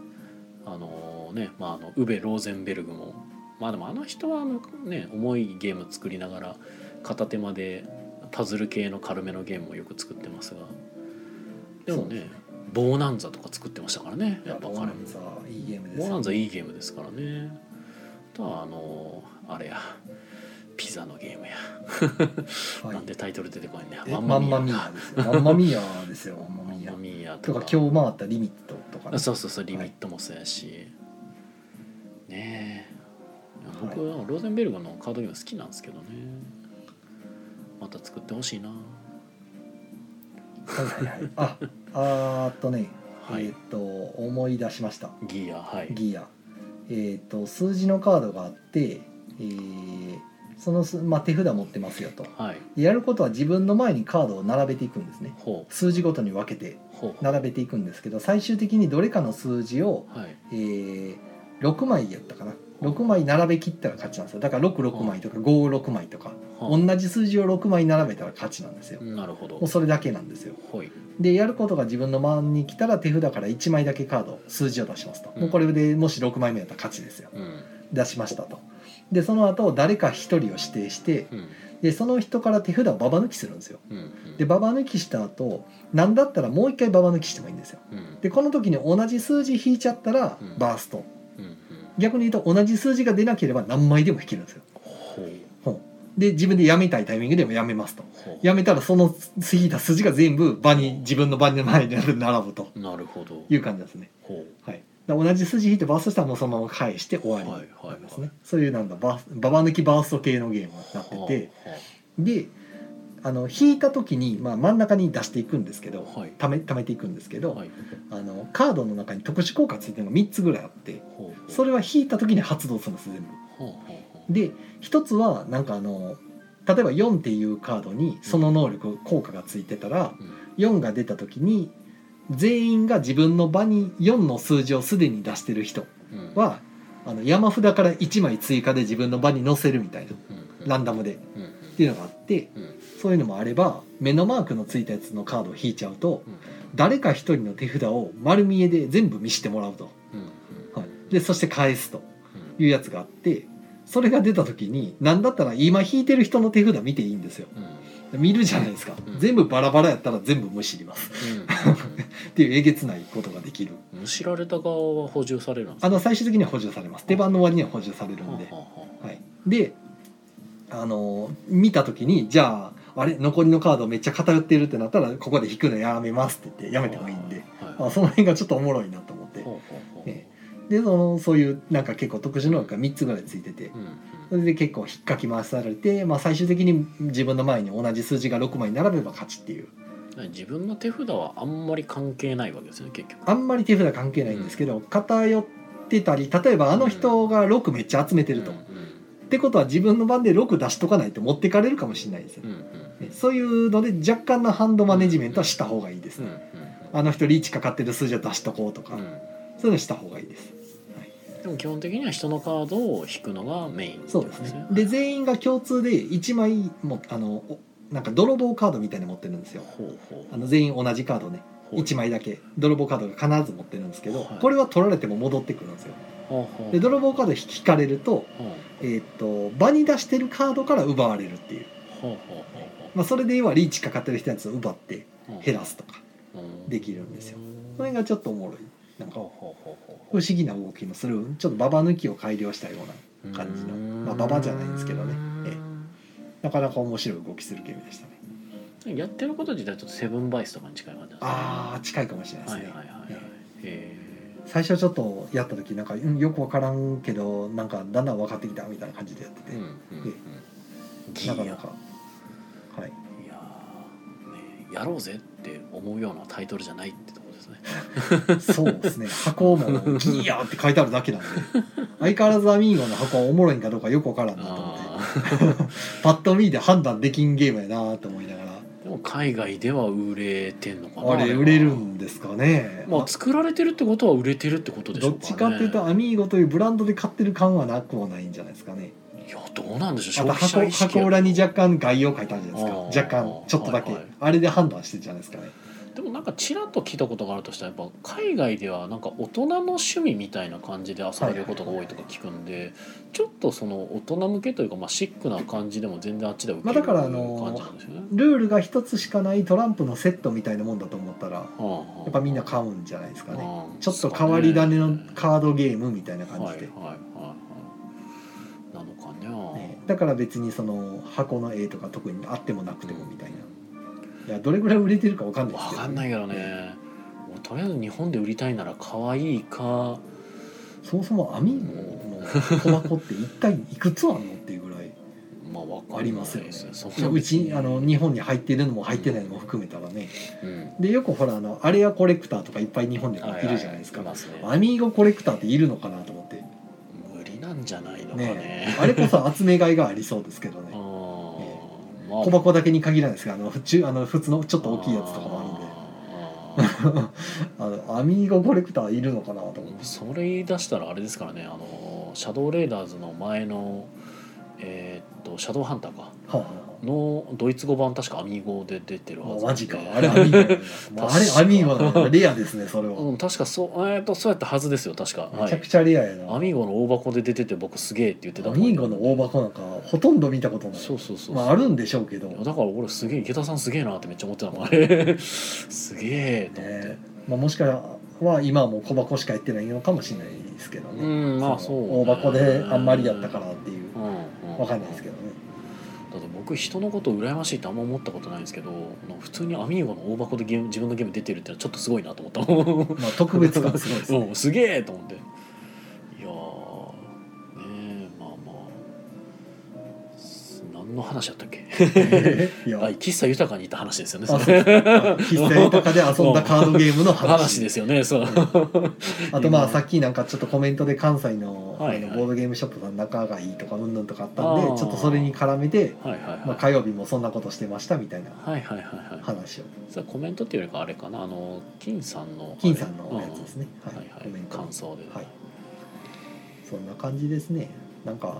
ウベ・ローゼンベルグもまあでも人はね重いゲーム作りながら片手間でパズル系の軽めのゲームをよく作ってますが、でもねボーナンザとか作ってましたからね。やっぱ彼もボーナンザいいゲームですよ、 ボーナンザいいゲームですからね。あとはあれやピザのゲームや、 はい、 なんでタイトル出てこないんだよ。 マンマミーヤですよマンマミーヤですよマンマミーヤマンマミーヤとか今日回ったリミットとか、ね、 そうそうそうリミットもそうやし、ねえ僕はローゼンベルグのカードゲーム好きなんですけどね。また作ってほしいな。 はいはいはいはい、 思い出しました。 ギア、はい、 ギア数字のカードがあって、その手札持ってますよと、 はい、 やることは自分の前にカードを並べていくんですね。数字ごとに分けて並べていくんですけど、最終的にどれかの数字を、はい、6枚やったかな、6枚並べきったら勝ちなんですよ。だから66枚とか56枚とか、同じ数字を6枚並べたら勝ちなんですよ。 なるほど。 もうそれだけなんですよ。 はい、 でやることが自分の番に来たら手札から1枚だけカード数字を出しますと、もうこれでもし6枚目やったら勝ちですよ、出しましたと。でその後誰か1人を指定して、でその人から手札をババ抜きするんですよ。でババ抜きした後なんだったらもう一回ババ抜きしてもいいんですよ。でこの時に同じ数字引いちゃったらバースト、逆に言うと同じ数字が出なければ何枚でも引けるんですよ。で自分でやめたいタイミングでもやめますと。やめたらその過ぎた数字が全部自分の場に前に並ぶという感じですね。はい、同じ数字引いてバーストしたらもうそのまま返して終わりなんですね。そういうババ抜きバースト系のゲームになってて、で引いた時に、真ん中に出していくんですけど、貯めていくんですけど、カードの中に特殊効果ついてるのが3つぐらいあって、それは引いた時に発動するんです全部。で一つはなんか例えば4っていうカードにその能力効果がついてたら、4が出た時に全員が自分の場に4の数字をすでに出してる人は、山札から1枚追加で自分の場に載せるみたいな、ランダムで、っていうのがあって、そういうのもあれば目のマークのついたやつのカードを引いちゃうと、誰か一人の手札を丸見えで全部見せてもらうと、でそして返すというやつがあって、それが出た時に何だったら今引いてる人の手札見ていいんですよ。見るじゃないですか。全部バラバラやったら全部むしります、っていうえげつないことができる。 むしられた側は補充されるんですか？ 最終的には補充されます。手番の終わりには補充されるんで、で見た時にじゃああれ残りのカードめっちゃ偏ってるってなったらここで引くのやめますって言ってやめてもいいんで、その辺がちょっとおもろいなと思って、でそういうなんか結構特殊能力が3つぐらいついてて、それで結構引っかき回されて、最終的に自分の前に同じ数字が6枚並べば勝ちっていう。 自分の手札はあんまり関係ないわけですよね結局。 あんまり手札関係ないんですけど、偏っってたり、例えばあの人が6めっちゃ集めてると、ってことは自分の番で6出しとかないと持ってかれるかもしれないですよ、そういうので若干のハンドマネジメントはした方がいいですね、あの人リーチかかってる数字を出しとこうとか、そういうのした方がいいです。 でも基本的には人のカードを引くのがメイン、 そうですね。で全員が共通で1枚もなんか泥棒カードみたいなの持ってるんですよ。全員同じカードね、1枚だけ泥棒カードが必ず持ってるんですけど、これは取られても戻ってくるんですよ。で泥棒カード引かれると、場に出してるカードから奪われるっていう、それで要はリーチかかってる人やつを奪って減らすとかできるんですよ。それがちょっとおもろい、なんか不思議な動きのする、ちょっとババ抜きを改良したような感じの、ババじゃないんですけどね、なかなか面白い動きするゲームでしたね。 やってること自体ちょっとセブンバイスとかに近い感じですね。 近いかもしれないですね。最初ちょっとやった時なんか、よく分からんけどなんかだんだん分かってきたみたいな感じでやってて、なかなかいや、 やろうぜって思うようなタイトルじゃないってとこですね。 そうですね。箱もギーって書いてあるだけなんで、相変わらずアミーゴの箱はおもろいんかどうかよく分からんなと思ってパッと見で判断できんゲームやなと思いながら。 でも海外では売れてんのかな。 あれ売れるんですかね。 作られてるってことは売れてるってことでしょうかね。 どっちかっていうとアミーゴというブランドで買ってる感はなくもないんじゃないですかね。 いやどうなんでしょう。 あと箱裏に若干概要書いてあるじゃないですか。若干ちょっとだけ、あれで判断してるじゃないですかね。 でもなんかちらっと聞いたことがあるとしたら、やっぱ海外ではなんか大人の趣味みたいな感じで遊ばれることが多いとか聞くんで、ちょっとその大人向けというか、シックな感じでも全然あっちでは受ける感じなんですよね。 ルールが一つしかないトランプのセットみたいなもんだと思ったら、やっぱみんな買うんじゃないですかね。ちょっと変わり種のカードゲームみたいな感じで。 なのかね。 だから別にその箱の絵とか特にあってもなくてもみたいな。いやどれぐらい売れてるかわかんないですけど、 わかんないけどね。とりあえず日本で売りたいなら可愛いか。 そもそもアミーゴの小箱って一体いくつあるのっていうぐらいありますよね。うち日本に入ってるのも入ってないのも含めたらね。でよくほらアレアコレクターとかいっぱい日本でもいるじゃないですか。アミーゴコレクターっているのかなと思って。 無理なんじゃないのかね。 あれこそ集めがいがありそうですけどね。小箱だけに限らないですが、普通のちょっと大きいやつとかもあるんでアミーゴコレクターいるのかなと思って。 それ言い出したらあれですからね、シャドウレーダーズの前のシャドウハンターかのドイツ語版確かアミーゴで出てるはず。 マジか。あれアミーゴあれアミーゴレアですねそれは。 確かそうやったはずですよ確か。 めちゃくちゃレアやな。 アミーゴの大箱で出てて僕すげえって言ってた。 アミーゴの大箱なんかほとんど見たことない。 そうあるんでしょうけど。 だから俺すげえ池田さんすげえなってめっちゃ思ってたもんあれすげえと思って。 もしかは今はもう小箱しかやってないのかもしれないですけどね。 そう大箱であんまりやったからっていうわかんないですけどね。 だって僕人のこと羨ましいってあんま思ったことないんですけど、普通にアミーゴの大箱で自分のゲーム出てるってのはちょっとすごいなと思ったもん特別感すごいですねすげえと思って。いや何の話やったっけ喫茶豊かにいた話ですよね。 喫茶豊かで遊んだカードゲームの話ですよね。そうあとさっきなんかちょっとコメントで関西のボードゲームショップさん仲がいいとかうんぬんとかあったんで、ちょっとそれに絡めて火曜日もそんなことしてましたみたいな話を。 それコメントっていうよりかあれかな、金さんのやつですね。 感想でそんな感じですね。なんか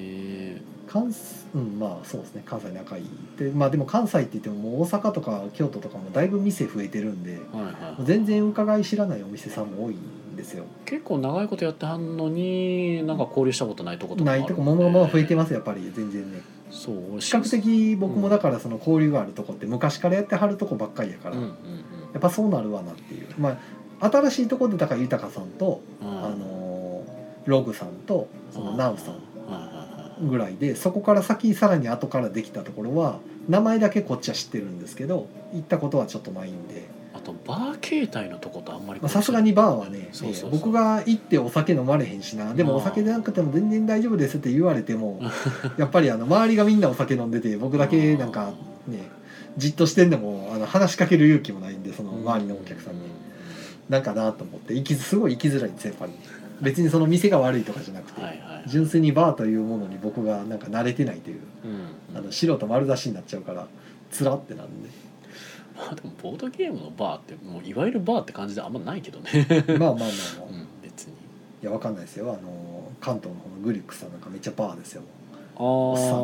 そうですね。関西仲いいで、でも関西って言ってももう大阪とか京都とかもだいぶ店増えてるんで、全然伺い知らないお店さんも多いんですよ。 結構長いことやってはんのになんか交流したことないとことかないとこも増えてますやっぱり全然ね。 そう比較的僕もだからその交流があるとこって昔からやってはるとこばっかりやから、やっぱそうなるわなっていう。新しいとこでだから豊さんとログさんとそのナウさんぐらいで、そこから先さらに後からできたところは名前だけこっちは知ってるんですけど行ったことはちょっとないんで。 あとバー形態のとことあんまりさすがにバーはね、僕が行ってお酒飲まれへんしな、でもお酒でなくても全然大丈夫ですって言われてもやっぱり周りがみんなお酒飲んでて僕だけなんかねじっとしてんでも話しかける勇気もないんで、その周りのお客さんになんかなと思ってすごい行きづらいんですやっぱり。 別にその店が悪いとかじゃなくて、 はいはい、 純粋にバーというものに僕がなんか慣れてないという、素人丸出しになっちゃうからつらってなるんで。 まあでもボードゲームのバーってもういわゆるバーって感じであんまないけどねまあまあまあまあ、 別にいやわかんないですよ。関東の方のグリックさんなんかめっちゃバーですよ。 はあはあはあ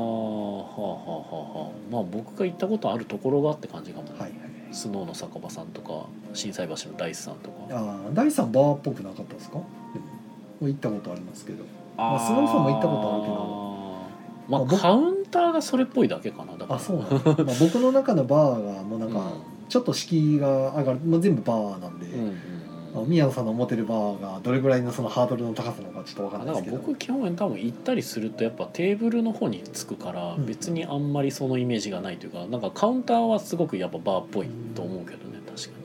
はあ、まあ僕が行ったことあるところがって感じかも、はいはい、スノーの酒場さんとか心斎橋のダイスさんとか。 ダイスさんバーっぽくなかったですか？でも行ったことありますけど、まあ、スノーさんも行ったことあるけど、 まあカウンターがそれっぽいだけかな。だからそうなんだ、まあ、僕の中のバーがもうなんかちょっと敷居が上がる、もう全部バーなんで、宮野さんの持てるバーがどれぐらいのそのハードルの高さなのかちょっと分かんないですけど、 僕基本多分行ったりするとやっぱテーブルの方につくから別にあんまりそのイメージがないというか、なんかカウンターはすごくやっぱバーっぽいと思うけどね、確か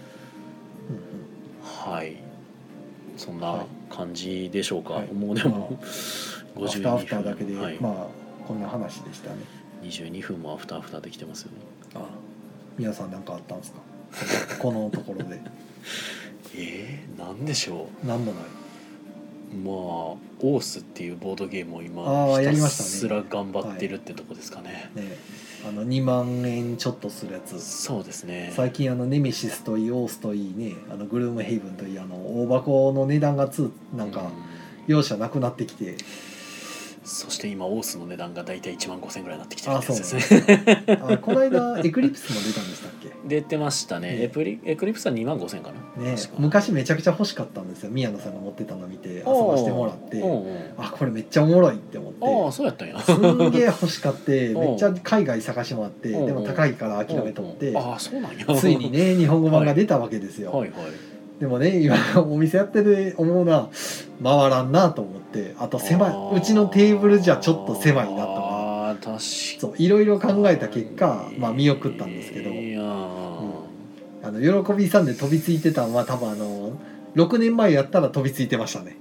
に、はい、そんな感じでしょうか、はい、もうでも、52分アフターだけで、はい、まあこんな話でしたね。 22分もアフターできてますよね。 皆さん何かあったんですかこのところでなんでしょう。 なんもない。 まあオースっていうボードゲームを今ひたすら頑張ってるってとこですかね。 2万円ちょっとするやつ。 そうですね。 最近ネメシスといいオースといいね、グルームヘイブンといい大箱の値段がなんか容赦なくなってきて、 そして今オースの値段がだいたい1万5000円ぐらいになってきてるやつですね。この間エクリプスも出たんでしたっけ？ 出てましたね。エクリプスは2万5000円かな、ね、 昔めちゃくちゃ欲しかったんですよ。宮野さんが持ってたの見て遊ばしてもらって、これめっちゃおもろいって思って、 そうやったんや。 すげえ欲しかってめっちゃ海外探してもらって、でも高いから諦めとって、 そうなんや。 ついにね日本語版が出たわけですよ。はいはいはい。でもね今お店やってる思うな、回らんなと思って、あと狭い、うちのテーブルじゃちょっと狭いなとか、そういろいろ考えた結果、まあ、見送ったんですけど、喜びさんで飛びついてたのは多分6年前やったら飛びついてましたね。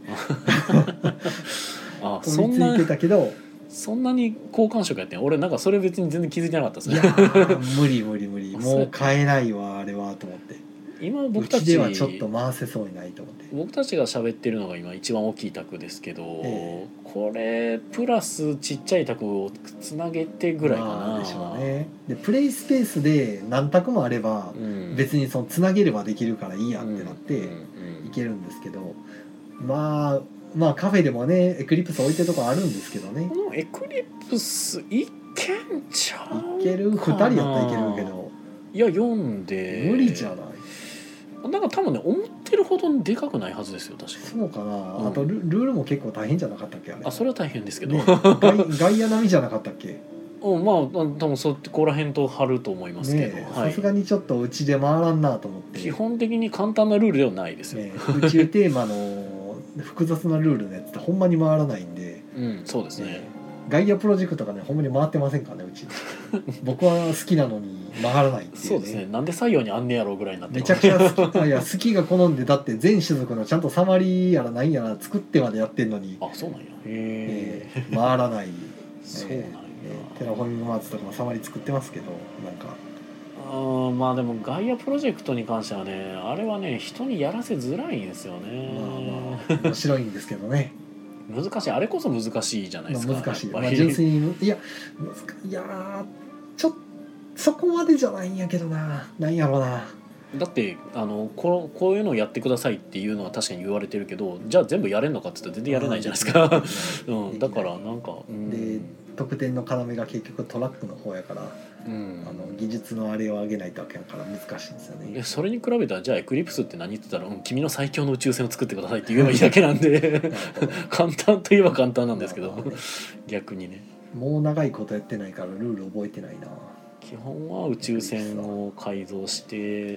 飛びついてたけどそんなに好感触やってん。俺なんかそれ別に全然気づいてなかったですね。 いや無理もう買えないわあれはと思って。 今僕たちうちではちょっと回せそうにないと思って、 僕たちが喋ってるのが今一番大きい卓ですけど、これプラスちっちゃい卓をつなげてぐらいかな、 でしょうね。でプレイスペースで何卓もあれば、別にそのつなげればできるからいいやってなっていけるんですけど、まあカフェでもねエクリプス置いてるとこあるんですけどね。 エクリプスいけんちゃうかな。 いける2人やったらいけるけど、 いや読んで無理じゃない。 なんか多分ね思ってるほどでかくないはずですよ確か。 そうかな、あとルールも結構大変じゃなかったっけあれ。 それは大変ですけど、 外野並みじゃなかったっけ。 まあ多分そこら辺と張ると思いますけど、 さすがにちょっとうちで回らんなと思って。 基本的に簡単なルールではないですよ、 宇宙テーマの複雑なルールのやつってほんまに回らないんで、 そうですね。 ガイアプロジェクトがねほんまに回ってませんからねうち。僕は好きなのに回らないっていうね。 そうですね。なんで採用にあんねやろうぐらいになってめちゃくちゃ好き。いや好きが好んで、だって全種族のちゃんとサマリーやら何やら作ってまでやってんのに。 そうなんや。 回らない。 そうなんや。 テラフォーミングマーツとかもサマリー作ってますけど、なんか。 まあでもガイアプロジェクトに関してはね、あれはね人にやらせづらいんですよね。 面白いんですけどね。 難しい、あれこそ難しいじゃないですか。 難しい。純粋にいやちょっとそこまでじゃないんやけどな。なんやろうな。 だってこういうのをやってくださいっていうのは確かに言われてるけど、じゃあ全部やれんのかって言ったら全然やれないじゃないですか。だからなんか、 で得点の要が結局トラックの方やから、技術のあれを上げないとあかんから難しいんですよね。 それに比べたらじゃあエクリプスって何って言ったら、君の最強の宇宙船を作ってくださいって言えばいいだけなんで簡単といえば簡単なんですけど、逆にね。 もう長いことやってないからルール覚えてないな。 基本は宇宙船を改造して、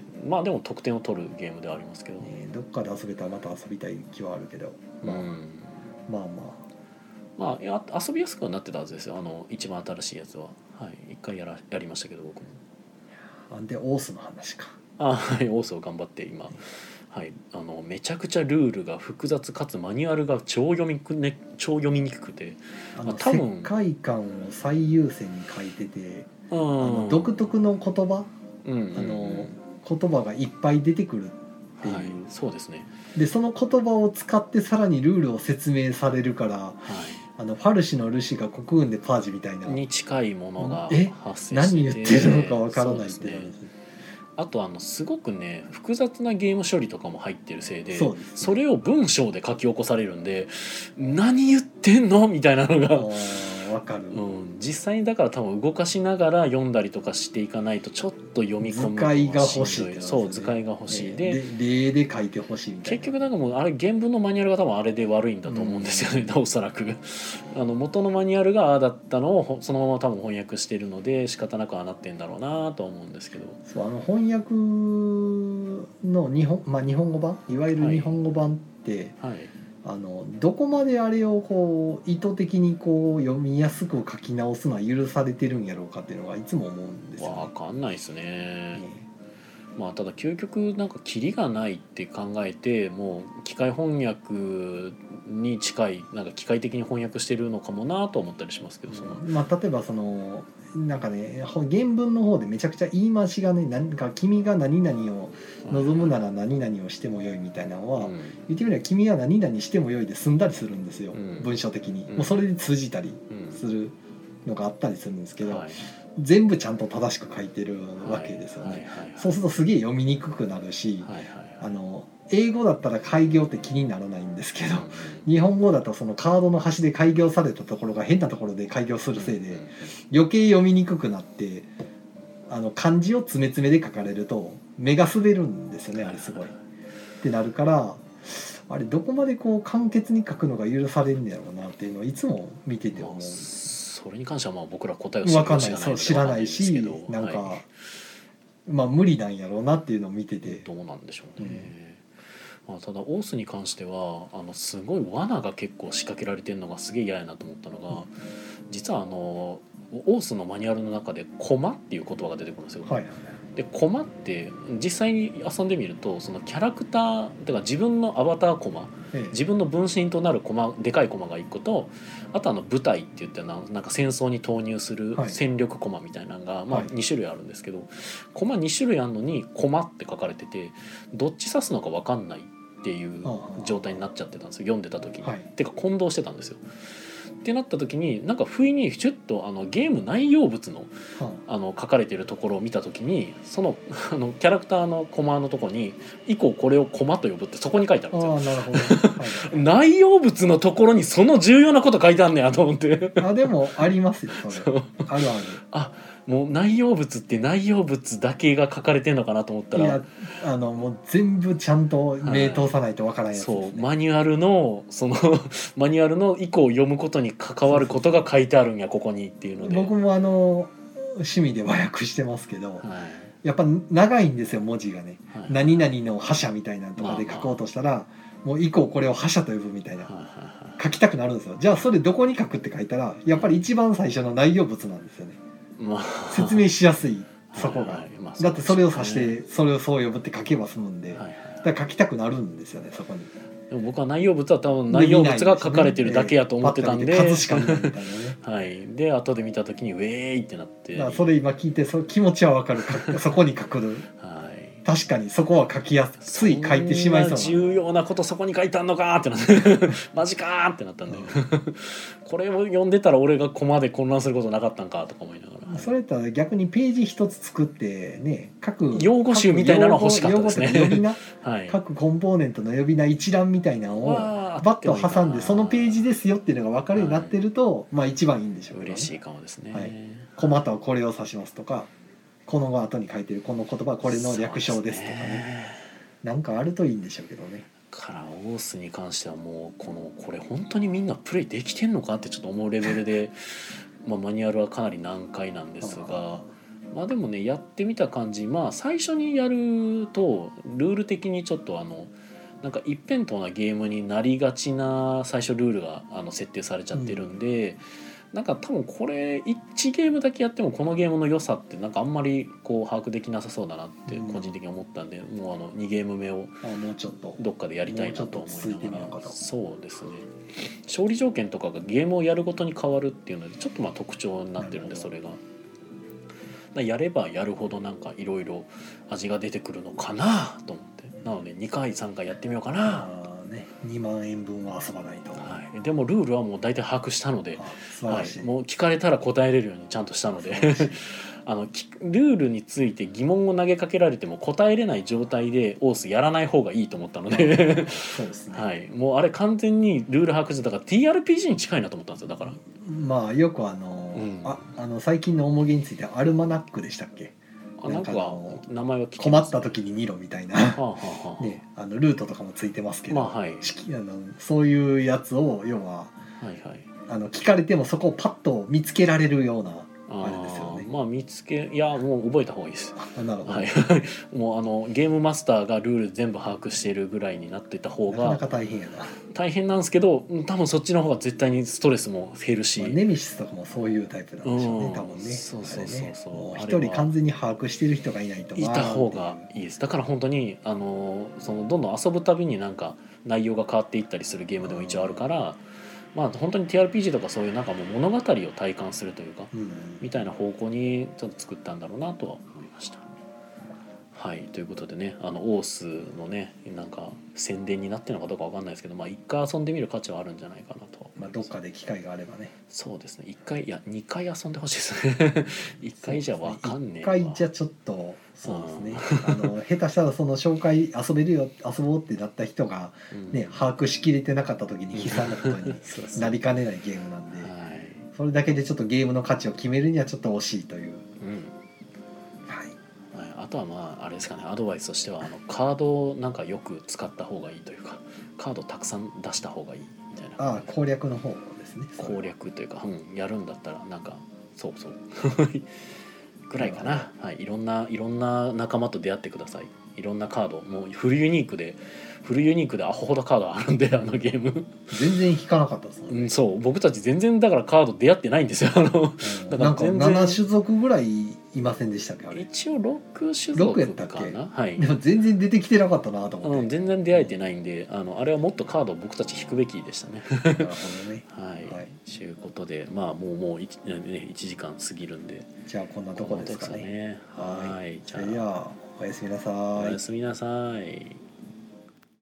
まあでも得点を取るゲームではありますけど、 どっかで遊べたらまた遊びたい気はあるけど、 まあ遊びやすくはなってたはずですよ。一番新しいやつは、一回やりましたけど僕も。 でオースの話か。 オースを頑張って今、めちゃくちゃルールが複雑かつマニュアルが超読みにくくて、 多分世界観を最優先に書いてて、独特の言葉、言葉がいっぱい出てくるっていう、 そうですね。 でその言葉を使ってさらにルールを説明されるから、 はい、 ファルシのルシが国運でパージみたいなに近いものが発生してて、 何言ってるのかわからないっていう。 あとすごくね複雑なゲーム処理とかも入ってるせいで、 それを文章で書き起こされるんで何言ってんのみたいなのがわかる、 実際にだから多分動かしながら読んだりとかしていかないとちょっと読み込むのがしんどい。図解が欲しい、 そう図解が欲しい、で例で書いてほしいみたいな。 結局なんかもうあれ原文のマニュアルが多分あれで悪いんだと思うんですよね、おそらく元のマニュアルがああだったのをそのまま多分翻訳してるので仕方なくああなってんだろうなとは思うんですけど、 そう翻訳の日本語版、いわゆる日本語版って、 はい、 どこまであれをこう意図的にこう読みやすく書き直すのは許されてるんやろうかっていうのがいつも思うんですよね。 分かんないですね。ただ究極なんかキリがないって考えてもう機械翻訳に近いなんか機械的に翻訳してるのかもなと思ったりしますけど、 例えばなんかね原文の方でめちゃくちゃ言い回しがね、なんか君が何々を望むなら何々をしてもよいみたいなのは、言ってみれば君は何々してもよいで済んだりするんですよ、文章的に、もうそれで通じたりするのがあったりするんですけど、全部ちゃんと正しく書いてるわけですよね。そうするとすげえ読みにくくなるし、英語だったら開業って気にならないんですけど、日本語だとそのカードの端で開業されたところが変なところで開業するせいで余計読みにくくなって、漢字を詰め詰めで書かれると目が滑るんですよね、あれすごい。ってなるから、あれどこまでこう簡潔に書くのが許されるんだろうなっていうのをいつも見てて思う。 それに関しては僕ら答えを知らないし、なんか、無理なんやろうなっていうのを見てて、 どうなんでしょうね。ただオースに関してはすごい罠が結構仕掛けられてるのがすげえ嫌やなと思ったのが、実はオースのマニュアルの中でコマっていう言葉が出てくるんですよ。でコマって実際に遊んでみるとそのキャラクターだから自分のアバターコマ、自分の分身となるコマ、でかいコマが1個と、あと部隊って言ってなんか戦争に投入する戦力コマみたいなのが、2種類あるんですけど、コマ2種類あるのにコマって書かれててどっち指すのか分かんないっていう状態になっちゃってたんですよ、読んでた時に。てか混同してたんですよ。ってなった時になんか不意にシュッとゲーム内容物の書かれてるところを見た時にそのキャラクターのコマのところに以降これをコマと呼ぶってそこに書いてあるんですよ。なるほど、内容物のところにその重要なこと書いてあんねやと思って。 でもありますよそれ。あるある。 もう内容物って内容物だけが書かれてんのかなと思ったら、 いやもう全部ちゃんと目通さないとわからないやつですね。 そうマニュアルのマニュアルの以降読むことに関わることが書いてあるんやここにっていうので、 僕も趣味で和訳してますけど、やっぱ長いんですよ文字がね、何々の覇者みたいなとかで書こうとしたら、もう以降これを覇者と呼ぶみたいな、書きたくなるんですよ。じゃあそれどこに書くって書いたらやっぱり一番最初の内容物なんですよね。説明しやすいそこが、だってそれを指してそれをそう呼ぶって書けば済むんで、だから書きたくなるんですよねそこに。 でも僕は内容物は多分内容物が書かれてるだけやと思ってたんで、 数しか見ないみたいなね。 はい、で後で見た時にウェーイってなって、 だからそれ今聞いて気持ちは分かる。そこに書く確かにそこは書きやすい、書いてしまいそうな重要なことそこに書いてあんのかってなってマジかーってなったんでこれを読んでたら俺がコマで混乱することなかったんかとか思いながら、 それやったら逆にページ一つ作ってね、各用語集みたいなの欲しかったですね。 呼び名、各コンポーネントの呼び名一覧みたいなのをバッと挟んでそのページですよっていうのが分かるようになってると、一番いいんでしょうけどね。 嬉しいかもですね。 コマとはこれを指しますとか、この後に書いてるこの言葉はこれの略称ですとかね、なんかあるといいんでしょうけどね。 からオースに関してはもうこれ本当にみんなプレイできてんのかってちょっと思うレベルでマニュアルはかなり難解なんですが、でもねやってみた感じ、最初にやるとルール的にちょっとなんか一辺倒なゲームになりがちな最初ルールが設定されちゃってるんで、なんか多分これ1ゲームだけやってもこのゲームの良さってなんかあんまり把握できなさそうだなって個人的に思ったんで、もう2ゲーム目をもうちょっとどっかでやりたいなと思いながら、そうですね、勝利条件とかがゲームをやるごとに変わるっていうのでちょっと特徴になってるんで、それがやればやるほどなんかいろいろ味が出てくるのかなと思って。 なので2回3回やってみようかな。 ね、2万円分は遊ばないと。 はい、でもルールはもう大体把握したので、 素晴らしい。 もう聞かれたら答えれるようにちゃんとしたのでルールについて疑問を投げかけられても答えれない状態でオースやらない方がいいと思ったのでそうですね、 はい、もうあれ完全にルール把握してたから TRPG に近いなと思ったんですよ。だからまあよく最近のおもげについてアルマナックでしたっけ、 なんか名前は聞き困った時に見ろみたいなね、ルートとかもついてますけど、 まあはい、 そういうやつを要は、はいはい、聞かれてもそこをパッと見つけられるようなあれですよね。 まあもう覚えた方がいいです。 なるほど、 はい、もうゲームマスターがルール全部把握しているぐらいになっていた方がなかなか大変やな。 大変なんですけど、多分そっちの方が絶対にストレスも減るし、 ネメシスとかもそういうタイプなんでしょうね、多分ね。 そう、 一人完全に把握してる人がいないといた方がいいです。だから本当にそのどんどん遊ぶたびになんか内容が変わっていったりするゲームでも一応あるから、まあ本当に TRPG とかそういうなんかもう物語を体感するというか、みたいな方向にちょっと作ったんだろうなとは思いました。はい、ということでね、オースのねなんか宣伝になってるのかどうかわかんないですけど、まあ一回遊んでみる価値はあるんじゃないかなと。 まあどっかで機会があればね。 そうですね。2回遊んでほしいですね。1回じゃわかんねえわ。 1回じゃちょっとそうですね。下手したらその紹介遊べるよ遊ぼうってなった人がね、把握しきれてなかった時に悲惨なことになりかねないゲームなんで、それだけでちょっとゲームの価値を決めるにはちょっと惜しいという。 あとはまああれですかね、アドバイスとしてはカードをなんかよく使った方がいいというか、カードたくさん出した方がいいみたいな。 攻略の方ですね。 攻略というか、やるんだったらなんかそうぐらいかな。はい、いろんな仲間と出会ってください。いろんなカードもうフルユニークでアホほどカードあるんでゲーム全然引かなかったですもんね。 そう、僕たち全然だからカード出会ってないんですよ。だからなんか7種族ぐらいいませんでしたっけ、あれ。 一応6種族やったっけ。 はい。 でも全然出てきてなかったなと思って。 全然出会えてないんで、あれはもっとカードを僕たち引くべきでしたね。なるほどね。はい。ということで、まあもう1時間過ぎるんで。 じゃあこんなとこですかね。 はい。 じゃあおやすみなさい。 おやすみなさい。